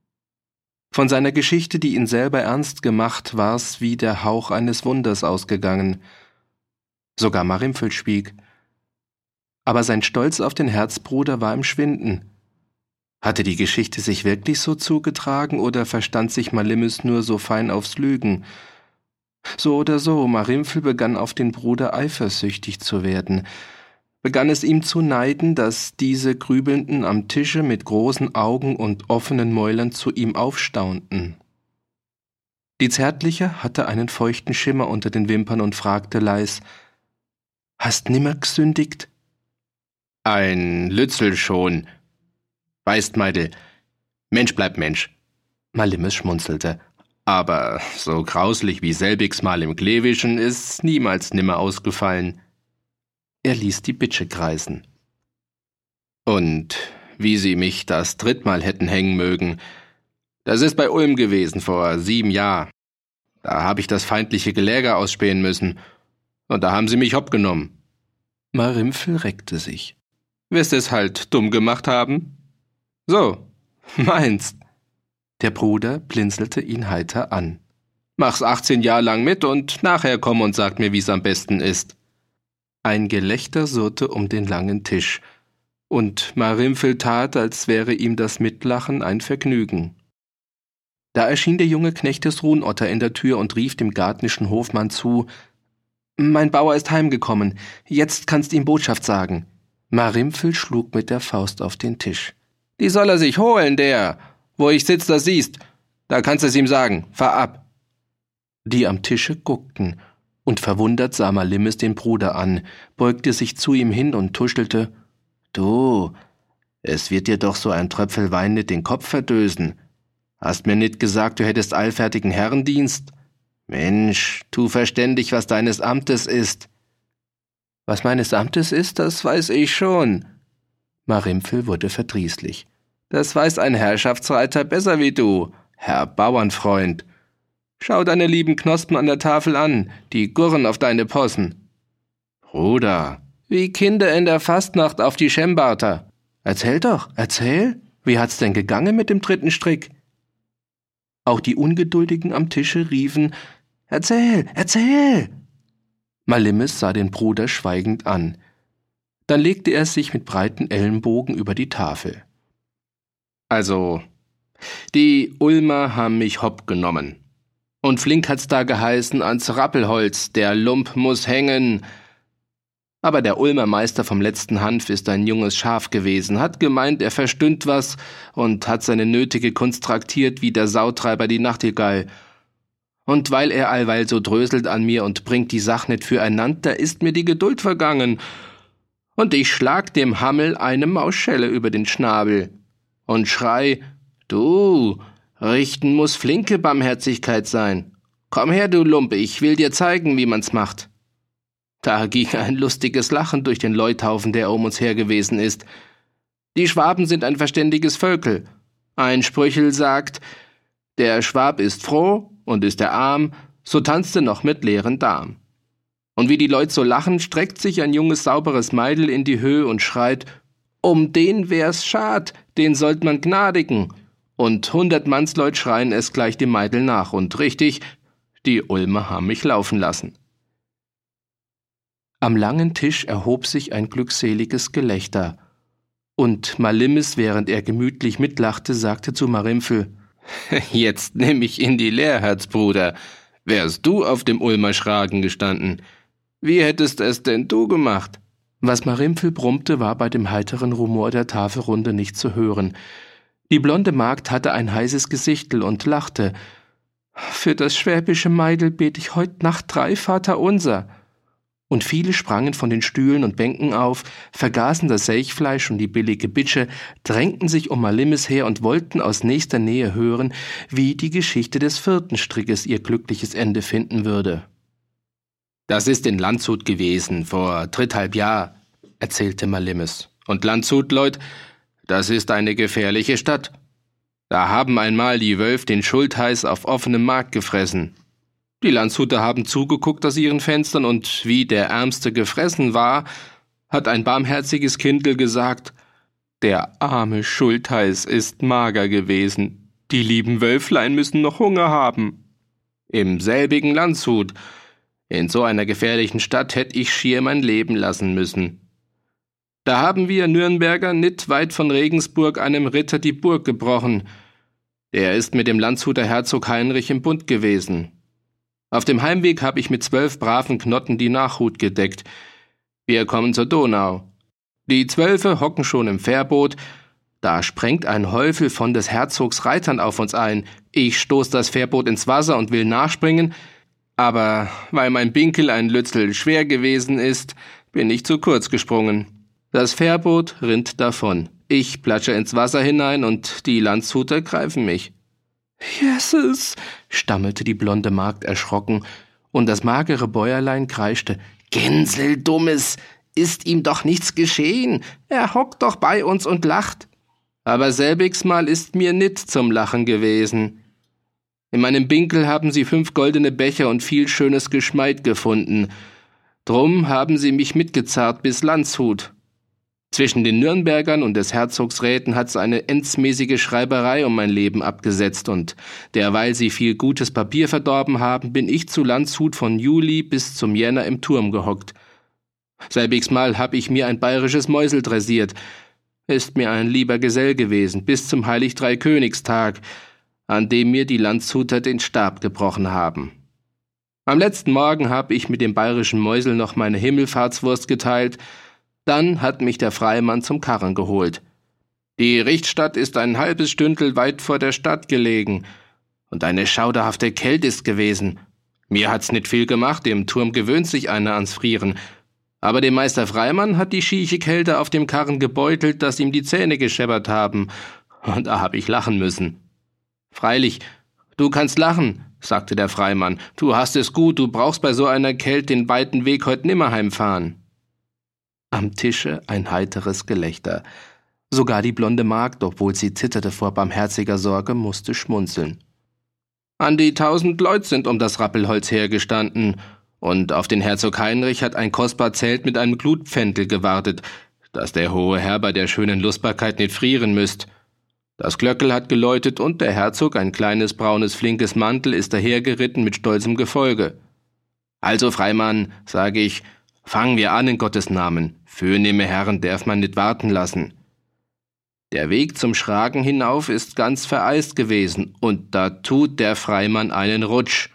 Von seiner Geschichte, die ihn selber ernst gemacht, war's wie der Hauch eines Wunders ausgegangen. Sogar Marimpfel schwieg. Aber sein Stolz auf den Herzbruder war im Schwinden. Hatte die Geschichte sich wirklich so zugetragen, oder verstand sich Malimes nur so fein aufs Lügen? So oder so, Marimpfel begann auf den Bruder eifersüchtig zu werden. Begann es ihm zu neiden, dass diese Grübelnden am Tische mit großen Augen und offenen Mäulern zu ihm aufstaunten. Die Zärtliche hatte einen feuchten Schimmer unter den Wimpern und fragte leis: »Hast nimmer gesündigt?« »Ein Lützel schon. Weißt, Meidl, Mensch bleibt Mensch.« Malimes schmunzelte. »Aber so grauslich wie selbigs Mal im Glewischen ist niemals nimmer ausgefallen.« Er ließ die Bitsche kreisen. »Und wie Sie mich das drittmal hätten hängen mögen, das ist bei Ulm gewesen, vor 7 Jahren. Da habe ich das feindliche Geläger ausspähen müssen, und da haben Sie mich hopp genommen.« Marimpfel reckte sich. »Wirst es halt dumm gemacht haben?« »So, meinst?« Der Bruder blinzelte ihn heiter an. »Mach's 18 Jahre lang mit und nachher komm und sag mir, wie's am besten ist.« Ein Gelächter surrte um den langen Tisch, und Marimpfel tat, als wäre ihm das Mitlachen ein Vergnügen. Da erschien der junge Knecht des Ruhnotter in der Tür und rief dem gartnischen Hofmann zu: »Mein Bauer ist heimgekommen, jetzt kannst ihm Botschaft sagen.« Marimpfel schlug mit der Faust auf den Tisch. »Die soll er sich holen, der! Wo ich sitz, das siehst. Da kannst es ihm sagen. Fahr ab.« Die am Tische guckten, und verwundert sah Malimes den Bruder an, beugte sich zu ihm hin und tuschelte: »Du, es wird dir doch so ein Tröpfel Wein nicht den Kopf verdösen. Hast mir nicht gesagt, du hättest allfertigen Herrendienst? Mensch, tu verständig, was deines Amtes ist.« »Was meines Amtes ist, das weiß ich schon.« Marimpfel wurde verdrießlich. »Das weiß ein Herrschaftsreiter besser wie du, Herr Bauernfreund. Schau deine lieben Knospen an der Tafel an, die gurren auf deine Possen.« »Bruder, wie Kinder in der Fastnacht auf die Schembarter. Erzähl doch, erzähl, wie hat's denn gegangen mit dem 3. Strick?« Auch die Ungeduldigen am Tische riefen: »Erzähl, erzähl!« Malimes sah den Bruder schweigend an. Dann legte er sich mit breiten Ellenbogen über die Tafel. »Also, die Ulmer haben mich hopp genommen. Und flink hat's da geheißen, ans Rappelholz, der Lump muss hängen. Aber der Ulmer Meister vom letzten Hanf ist ein junges Schaf gewesen, hat gemeint, er verstünd was und hat seine nötige Kunst traktiert wie der Sautreiber die Nachtigall. Und weil er allweil so dröselt an mir und bringt die Sach nicht füreinander, ist mir die Geduld vergangen. und ich schlag dem Hammel eine Mausschelle über den Schnabel und schrei, »Du, richten muss flinke Barmherzigkeit sein. Komm her, du Lumpe, ich will dir zeigen, wie man's macht.« Da ging ein lustiges Lachen durch den Leuthaufen, der um uns her gewesen ist. Die Schwaben sind ein verständiges Völkel. Ein Sprüchel sagt, der Schwab ist froh und ist er arm, so tanzt er noch mit leeren Darm. Und wie die Leute so lachen, streckt sich ein junges, sauberes Meidl in die Höhe und schreit, »Um den wär's schad, den sollt man gnadigen.« Und 100 Mannsleut schreien es gleich dem Meidl nach. Und richtig, die Ulmer haben mich laufen lassen. Am langen Tisch erhob sich ein glückseliges Gelächter. Und Malimis, während er gemütlich mitlachte, sagte zu Marimphl, »Jetzt nimm ich in die Lehr, Herzbruder. Wärst du auf dem Ulmer Schragen gestanden, wie hättest es denn du gemacht?« Was Marimphl brummte, war bei dem heiteren Rumor der Tafelrunde nicht zu hören. Die blonde Magd hatte ein heißes Gesichtel und lachte. »Für das schwäbische Meidl bet ich heut Nacht 3 Vaterunser.« Und viele sprangen von den Stühlen und Bänken auf, vergaßen das Selchfleisch und die billige Bitsche, drängten sich um Malimis her und wollten aus nächster Nähe hören, wie die Geschichte des 4. Strickes ihr glückliches Ende finden würde. »Das ist in Landshut gewesen, vor 3,5 Jahr«, erzählte Malimis. »Und Landshut, Leut, das ist eine gefährliche Stadt. Da haben einmal die Wölf den Schultheiß auf offenem Markt gefressen. Die Landshuter haben zugeguckt aus ihren Fenstern, und wie der Ärmste gefressen war, hat ein barmherziges Kindl gesagt, der arme Schultheiß ist mager gewesen, die lieben Wölflein müssen noch Hunger haben. Im selbigen Landshut, in so einer gefährlichen Stadt, hätt ich schier mein Leben lassen müssen. Da haben wir Nürnberger nicht weit von Regensburg einem Ritter die Burg gebrochen. Der ist mit dem Landshuter Herzog Heinrich im Bund gewesen. Auf dem Heimweg habe ich mit 12 braven Knotten die Nachhut gedeckt. Wir kommen zur Donau. Die 12 hocken schon im Fährboot. Da sprengt ein Häufel von des Herzogs Reitern auf uns ein. Ich stoß das Fährboot ins Wasser und will nachspringen, aber weil mein Binkel ein Lützel schwer gewesen ist, bin ich zu kurz gesprungen. Das Fährboot rinnt davon. Ich platsche ins Wasser hinein und die Landshuter greifen mich.« »Jesus«, stammelte die blonde Magd erschrocken, und das magere Bäuerlein kreischte, »Gänsel, Dummes, ist ihm doch nichts geschehen, er hockt doch bei uns und lacht.« »Aber selbigs Mal ist mir nit zum Lachen gewesen. In meinem Binkel haben sie 5 goldene Becher und viel schönes Geschmeid gefunden. Drum haben sie mich mitgezerrt bis Landshut. Zwischen den Nürnbergern und des Herzogs Räten hat's eine endsmäßige Schreiberei um mein Leben abgesetzt, und derweil sie viel gutes Papier verdorben haben, bin ich zu Landshut von Juli bis zum Jänner im Turm gehockt. Selbigs Mal hab ich mir ein bayerisches Mäusel dressiert, ist mir ein lieber Gesell gewesen, bis zum Heilig-Drei-Königstag, an dem mir die Landshuter den Stab gebrochen haben. Am letzten Morgen hab ich mit dem bayerischen Mäusel noch meine Himmelfahrtswurst geteilt. Dann hat mich der Freimann zum Karren geholt. Die Richtstadt ist ein halbes Stündel weit vor der Stadt gelegen, und eine schauderhafte Kälte ist gewesen. Mir hat's nicht viel gemacht, im Turm gewöhnt sich einer ans Frieren, aber dem Meister Freimann hat die schieche Kälte auf dem Karren gebeutelt, dass ihm die Zähne gescheppert haben, und da hab ich lachen müssen. »Freilich, du kannst lachen«, sagte der Freimann, »du hast es gut, du brauchst bei so einer Kälte den weiten Weg heut nimmer heimfahren.« Am Tische ein heiteres Gelächter. Sogar die blonde Magd, obwohl sie zitterte vor barmherziger Sorge, musste schmunzeln. »An die 1000 Leut sind um das Rappelholz hergestanden, und auf den Herzog Heinrich hat ein kostbar Zelt mit einem Glutpfändel gewartet, dass der hohe Herr bei der schönen Lustbarkeit nicht frieren müsst. Das Glöckel hat geläutet, und der Herzog, ein kleines, braunes, flinkes Mantel, ist dahergeritten mit stolzem Gefolge. Also, Freimann, sage ich, fangen wir an in Gottes Namen. Fürnehme Herren darf man nicht warten lassen. Der Weg zum Schragen hinauf ist ganz vereist gewesen, und da tut der Freimann einen Rutsch.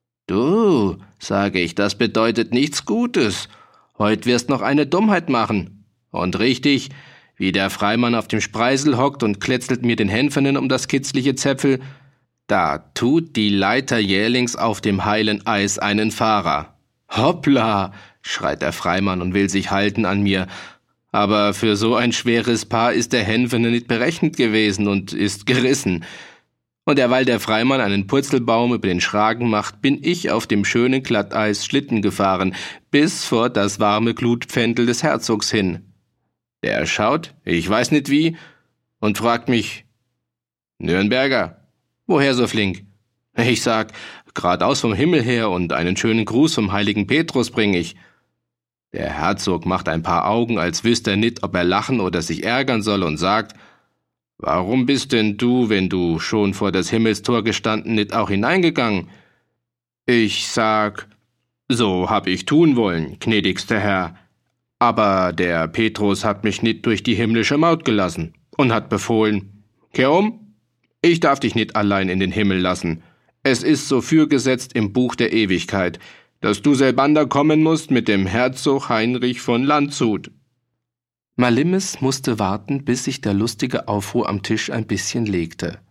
Du, sage ich, das bedeutet nichts Gutes. Heut wirst noch eine Dummheit machen. Und richtig, wie der Freimann auf dem Spreisel hockt und kletzelt mir den Hänfernen um das kitzliche Zäpfel, da tut die Leiter jählings auf dem heilen Eis einen Fahrer. Hoppla, schreit der Freimann und will sich halten an mir, Aber für so ein schweres Paar ist der Hänfene nicht berechnet gewesen und ist gerissen. Und derweil der Freimann einen Purzelbaum über den Schragen macht, bin ich auf dem schönen Glatteis Schlitten gefahren, bis vor das warme Glutpfändel des Herzogs hin. Der schaut, ich weiß nicht wie, und fragt mich, »Nürnberger, woher so flink?« Ich sag, »Geradeaus vom Himmel her und einen schönen Gruß vom heiligen Petrus bring ich.« Der Herzog macht ein paar Augen, als wüsste er nicht, ob er lachen oder sich ärgern soll, und sagt, »Warum bist denn du, wenn du schon vor das Himmelstor gestanden, nicht auch hineingegangen?« Ich sag, »So hab ich tun wollen, gnädigster Herr, aber der Petrus hat mich nicht durch die himmlische Maut gelassen und hat befohlen, kehr um, ich darf dich nicht allein in den Himmel lassen. Es ist so fürgesetzt im Buch der Ewigkeit, dass du selbander kommen musst mit dem Herzog Heinrich von Landshut.« Malimis musste warten, bis sich der lustige Aufruhr am Tisch ein bisschen legte.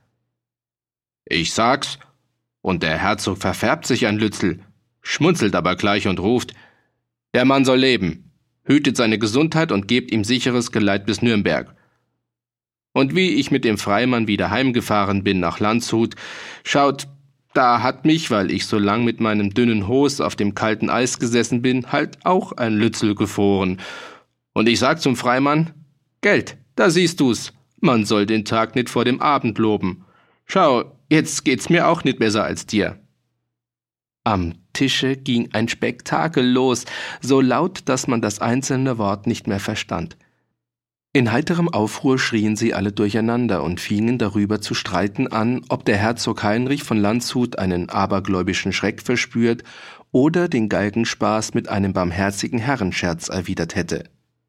Ich sag's, und der Herzog verfärbt sich ein Lützel, schmunzelt aber gleich und ruft, »Der Mann soll leben, hütet seine Gesundheit und gebt ihm sicheres Geleit bis Nürnberg.« Und wie ich mit dem Freimann wieder heimgefahren bin nach Landshut, schaut, da hat mich, weil ich so lang mit meinem dünnen Hos auf dem kalten Eis gesessen bin, halt auch ein Lützel gefroren. Und ich sag zum Freimann, »Gelt, da siehst du's, man soll den Tag nicht vor dem Abend loben. Schau, jetzt geht's mir auch nicht besser als dir.« Am Tische ging ein Spektakel los, so laut, dass man das einzelne Wort nicht mehr verstand. In heiterem Aufruhr schrien sie alle durcheinander und fingen darüber zu streiten an, ob der Herzog Heinrich von Landshut einen abergläubischen Schreck verspürt oder den Galgenspaß mit einem barmherzigen Herrenscherz erwidert hätte.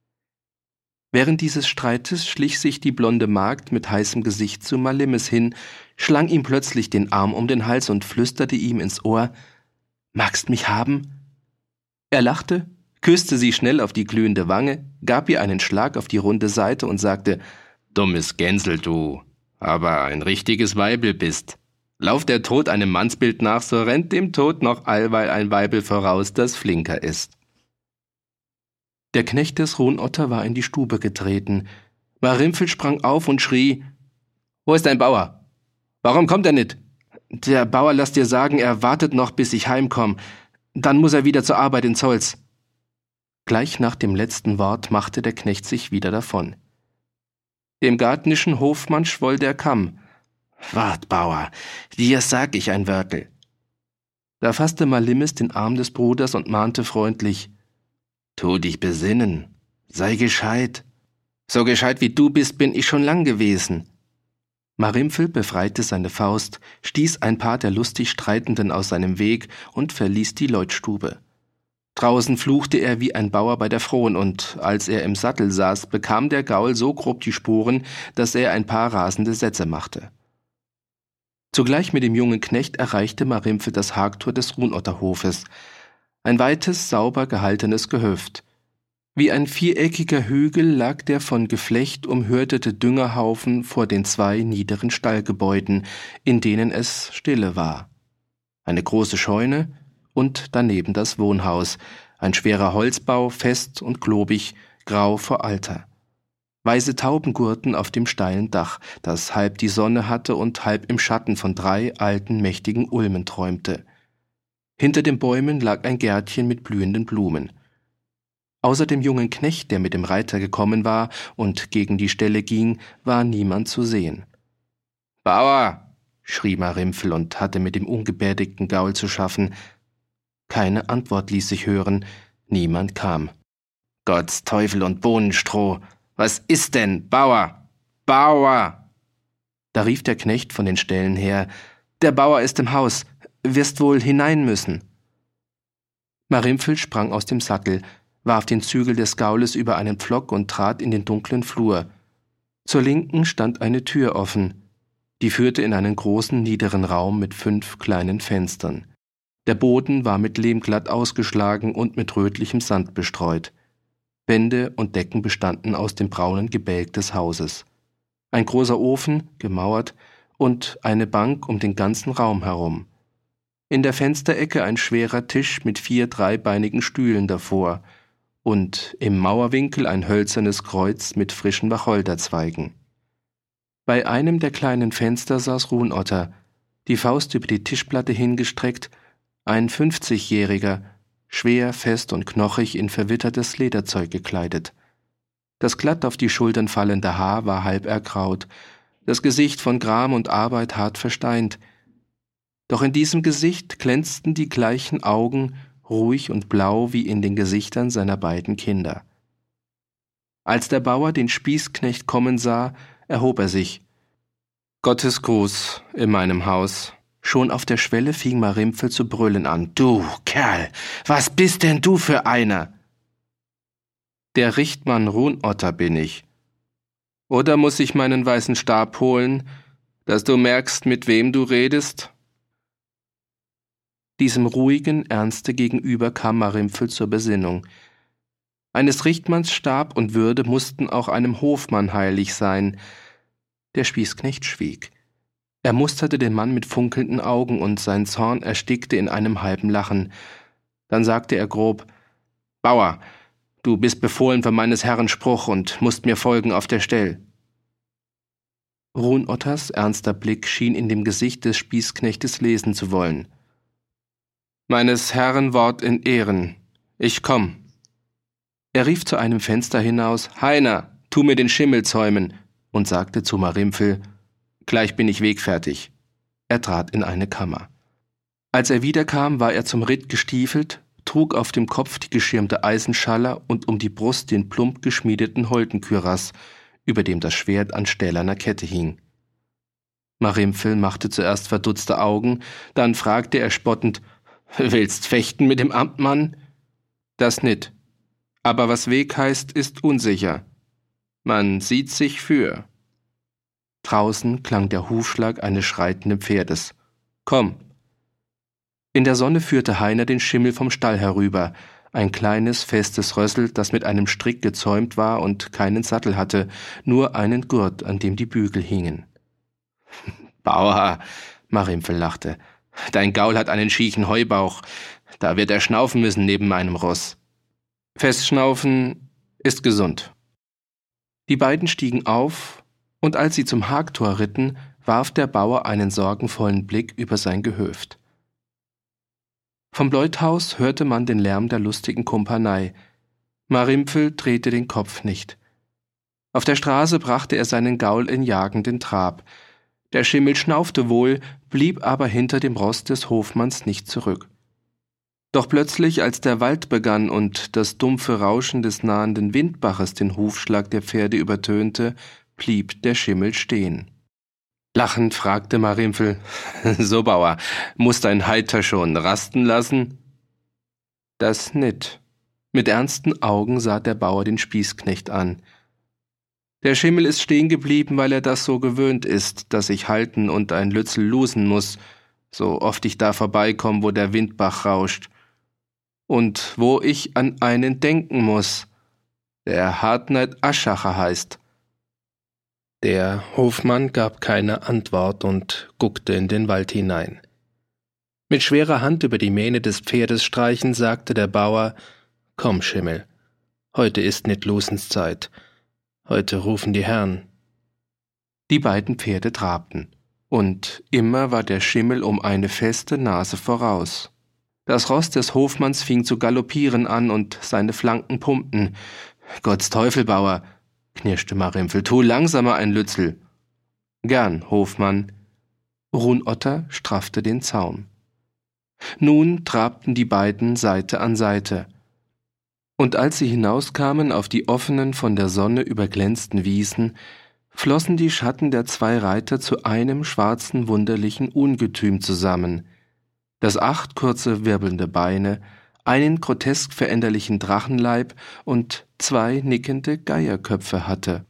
Während dieses Streites schlich sich die blonde Magd mit heißem Gesicht zu Malimis hin, schlang ihm plötzlich den Arm um den Hals und flüsterte ihm ins Ohr, »Magst mich haben?« Er lachte, küsste sie schnell auf die glühende Wange, gab ihr einen Schlag auf die runde Seite und sagte, »Dummes Gänsel, du, aber ein richtiges Weibel bist. Lauft der Tod einem Mannsbild nach, so rennt dem Tod noch allweil ein Weibel voraus, das flinker ist.« Der Knecht des Ruhnotter war in die Stube getreten. Marimpfel sprang auf und schrie, »Wo ist dein Bauer? Warum kommt er nicht?« »Der Bauer, lass dir sagen, er wartet noch, bis ich heimkomm. Dann muss er wieder zur Arbeit in Zolz.« Gleich nach dem letzten Wort machte der Knecht sich wieder davon. Dem gartnischen Hofmann schwoll der Kamm. »Wart, Bauer, dir sag ich ein Wörtel.« Da fasste Malimis den Arm des Bruders und mahnte freundlich, »Tu dich besinnen, sei gescheit. So gescheit wie du bist, bin ich schon lang gewesen.« Marimpfel befreite seine Faust, stieß ein paar der lustig Streitenden aus seinem Weg und verließ die Leutstube. Draußen fluchte er wie ein Bauer bei der Frohen, und als er im Sattel saß, bekam der Gaul so grob die Sporen, dass er ein paar rasende Sätze machte. Zugleich mit dem jungen Knecht erreichte Marimpfel das Hagtor des Ruhnotterhofes, ein weites, sauber gehaltenes Gehöft. Wie ein viereckiger Hügel lag der von Geflecht umhürtete Düngerhaufen vor den zwei niederen Stallgebäuden, in denen es stille war. Eine große Scheune und daneben das Wohnhaus, ein schwerer Holzbau, fest und klobig, grau vor Alter. Weiße Tauben gurrten auf dem steilen Dach, das halb die Sonne hatte und halb im Schatten von 3 alten, mächtigen Ulmen träumte. Hinter den Bäumen lag ein Gärtchen mit blühenden Blumen. Außer dem jungen Knecht, der mit dem Reiter gekommen war und gegen die Ställe ging, war niemand zu sehen. »Bauer«, schrie Marimpfel und hatte mit dem ungebärdigten Gaul zu schaffen. Keine Antwort ließ sich hören, niemand kam. »Gott's Teufel und Bohnenstroh, was ist denn, Bauer? Bauer!« Da rief der Knecht von den Ställen her, »Der Bauer ist im Haus, wirst wohl hinein müssen.« Marimpfel sprang aus dem Sattel, warf den Zügel des Gaules über einen Pflock und trat in den dunklen Flur. Zur Linken stand eine Tür offen, die führte in einen großen, niederen Raum mit 5 kleinen Fenstern. Der Boden war mit Lehm glatt ausgeschlagen und mit rötlichem Sand bestreut. Wände und Decken bestanden aus dem braunen Gebälk des Hauses. Ein großer Ofen, gemauert, und eine Bank um den ganzen Raum herum. In der Fensterecke ein schwerer Tisch mit 4 dreibeinigen Stühlen davor, und im Mauerwinkel ein hölzernes Kreuz mit frischen Wacholderzweigen. Bei einem der kleinen Fenster saß Ruhnotter, die Faust über die Tischplatte hingestreckt, ein 50-Jähriger, schwer, fest und knochig in verwittertes Lederzeug gekleidet. Das glatt auf die Schultern fallende Haar war halb ergraut, das Gesicht von Gram und Arbeit hart versteint. Doch in diesem Gesicht glänzten die gleichen Augen, ruhig und blau wie in den Gesichtern seiner beiden Kinder. Als der Bauer den Spießknecht kommen sah, erhob er sich. »Gottes Gruß in meinem Haus.« Schon auf der Schwelle fing Marimpfel zu brüllen an. »Du Kerl, was bist denn du für einer?« »Der Richtmann Ruhnotter bin ich. Oder muss ich meinen weißen Stab holen, dass du merkst, mit wem du redest?« Diesem ruhigen, ernste Gegenüber kam Marimpfel zur Besinnung. Eines Richtmanns Stab und Würde mussten auch einem Hofmann heilig sein. Der Spießknecht schwieg. Er musterte den Mann mit funkelnden Augen und sein Zorn erstickte in einem halben Lachen. Dann sagte er grob: »Bauer, du bist befohlen für meines Herrn Spruch und musst mir folgen auf der Stell.« Ruhnotters ernster Blick schien in dem Gesicht des Spießknechtes lesen zu wollen. »Meines Herrn Wort in Ehren. Ich komm.« Er rief zu einem Fenster hinaus: »Heiner, tu mir den Schimmel zäumen«, und sagte zu Marimpfel: »Gleich bin ich wegfertig.« Er trat in eine Kammer. Als er wiederkam, war er zum Ritt gestiefelt, trug auf dem Kopf die geschirmte Eisenschaller und um die Brust den plump geschmiedeten Holdenkürass, über dem das Schwert an stählerner Kette hing. Marimpfel machte zuerst verdutzte Augen, dann fragte er spottend: »Willst fechten mit dem Amtmann?« »Das nit. Aber was Weg heißt, ist unsicher. Man sieht sich für.« Draußen klang der Hufschlag eines schreitenden Pferdes. »Komm!« In der Sonne führte Heiner den Schimmel vom Stall herüber, ein kleines, festes Rössel, das mit einem Strick gezäumt war und keinen Sattel hatte, nur einen Gurt, an dem die Bügel hingen. »Bauer«, Marimpfel lachte, »dein Gaul hat einen schiechen Heubauch, da wird er schnaufen müssen neben meinem Ross.« »Festschnaufen ist gesund.« Die beiden stiegen auf, und als sie zum Hagtor ritten, warf der Bauer einen sorgenvollen Blick über sein Gehöft. Vom Leuthaus hörte man den Lärm der lustigen Kumpanei. Marimpfel drehte den Kopf nicht. Auf der Straße brachte er seinen Gaul in jagenden Trab. Der Schimmel schnaufte wohl, blieb aber hinter dem Ross des Hofmanns nicht zurück. Doch plötzlich, als der Wald begann und das dumpfe Rauschen des nahenden Windbaches den Hufschlag der Pferde übertönte, blieb der Schimmel stehen. Lachend fragte Marimpfel: »So, Bauer, muß dein Heiter schon rasten lassen?« »Das nit.« Mit ernsten Augen sah der Bauer den Spießknecht an. »Der Schimmel ist stehen geblieben, weil er das so gewöhnt ist, dass ich halten und ein Lützel losen muß, so oft ich da vorbeikomm, wo der Windbach rauscht. Und wo ich an einen denken muß, der Hartneit Aschacher heißt.« Der Hofmann gab keine Antwort und guckte in den Wald hinein. Mit schwerer Hand über die Mähne des Pferdes streichend, sagte der Bauer: »Komm, Schimmel, heute ist nit Losenszeit. Heute rufen die Herren.« Die beiden Pferde trabten, und immer war der Schimmel um eine feste Nase voraus. Das Ross des Hofmanns fing zu galoppieren an und seine Flanken pumpten. »Gott's Teufel, Bauer«, knirschte Marimpfel, »tu langsamer ein Lützel.« »Gern, Hofmann.« Ruhnotter straffte den Zaum. Nun trabten die beiden Seite an Seite. Und als sie hinauskamen auf die offenen, von der Sonne überglänzten Wiesen, flossen die Schatten der zwei Reiter zu einem schwarzen, wunderlichen Ungetüm zusammen, das 8 kurze, wirbelnde Beine, einen grotesk veränderlichen Drachenleib und 2 nickende Geierköpfe hatte.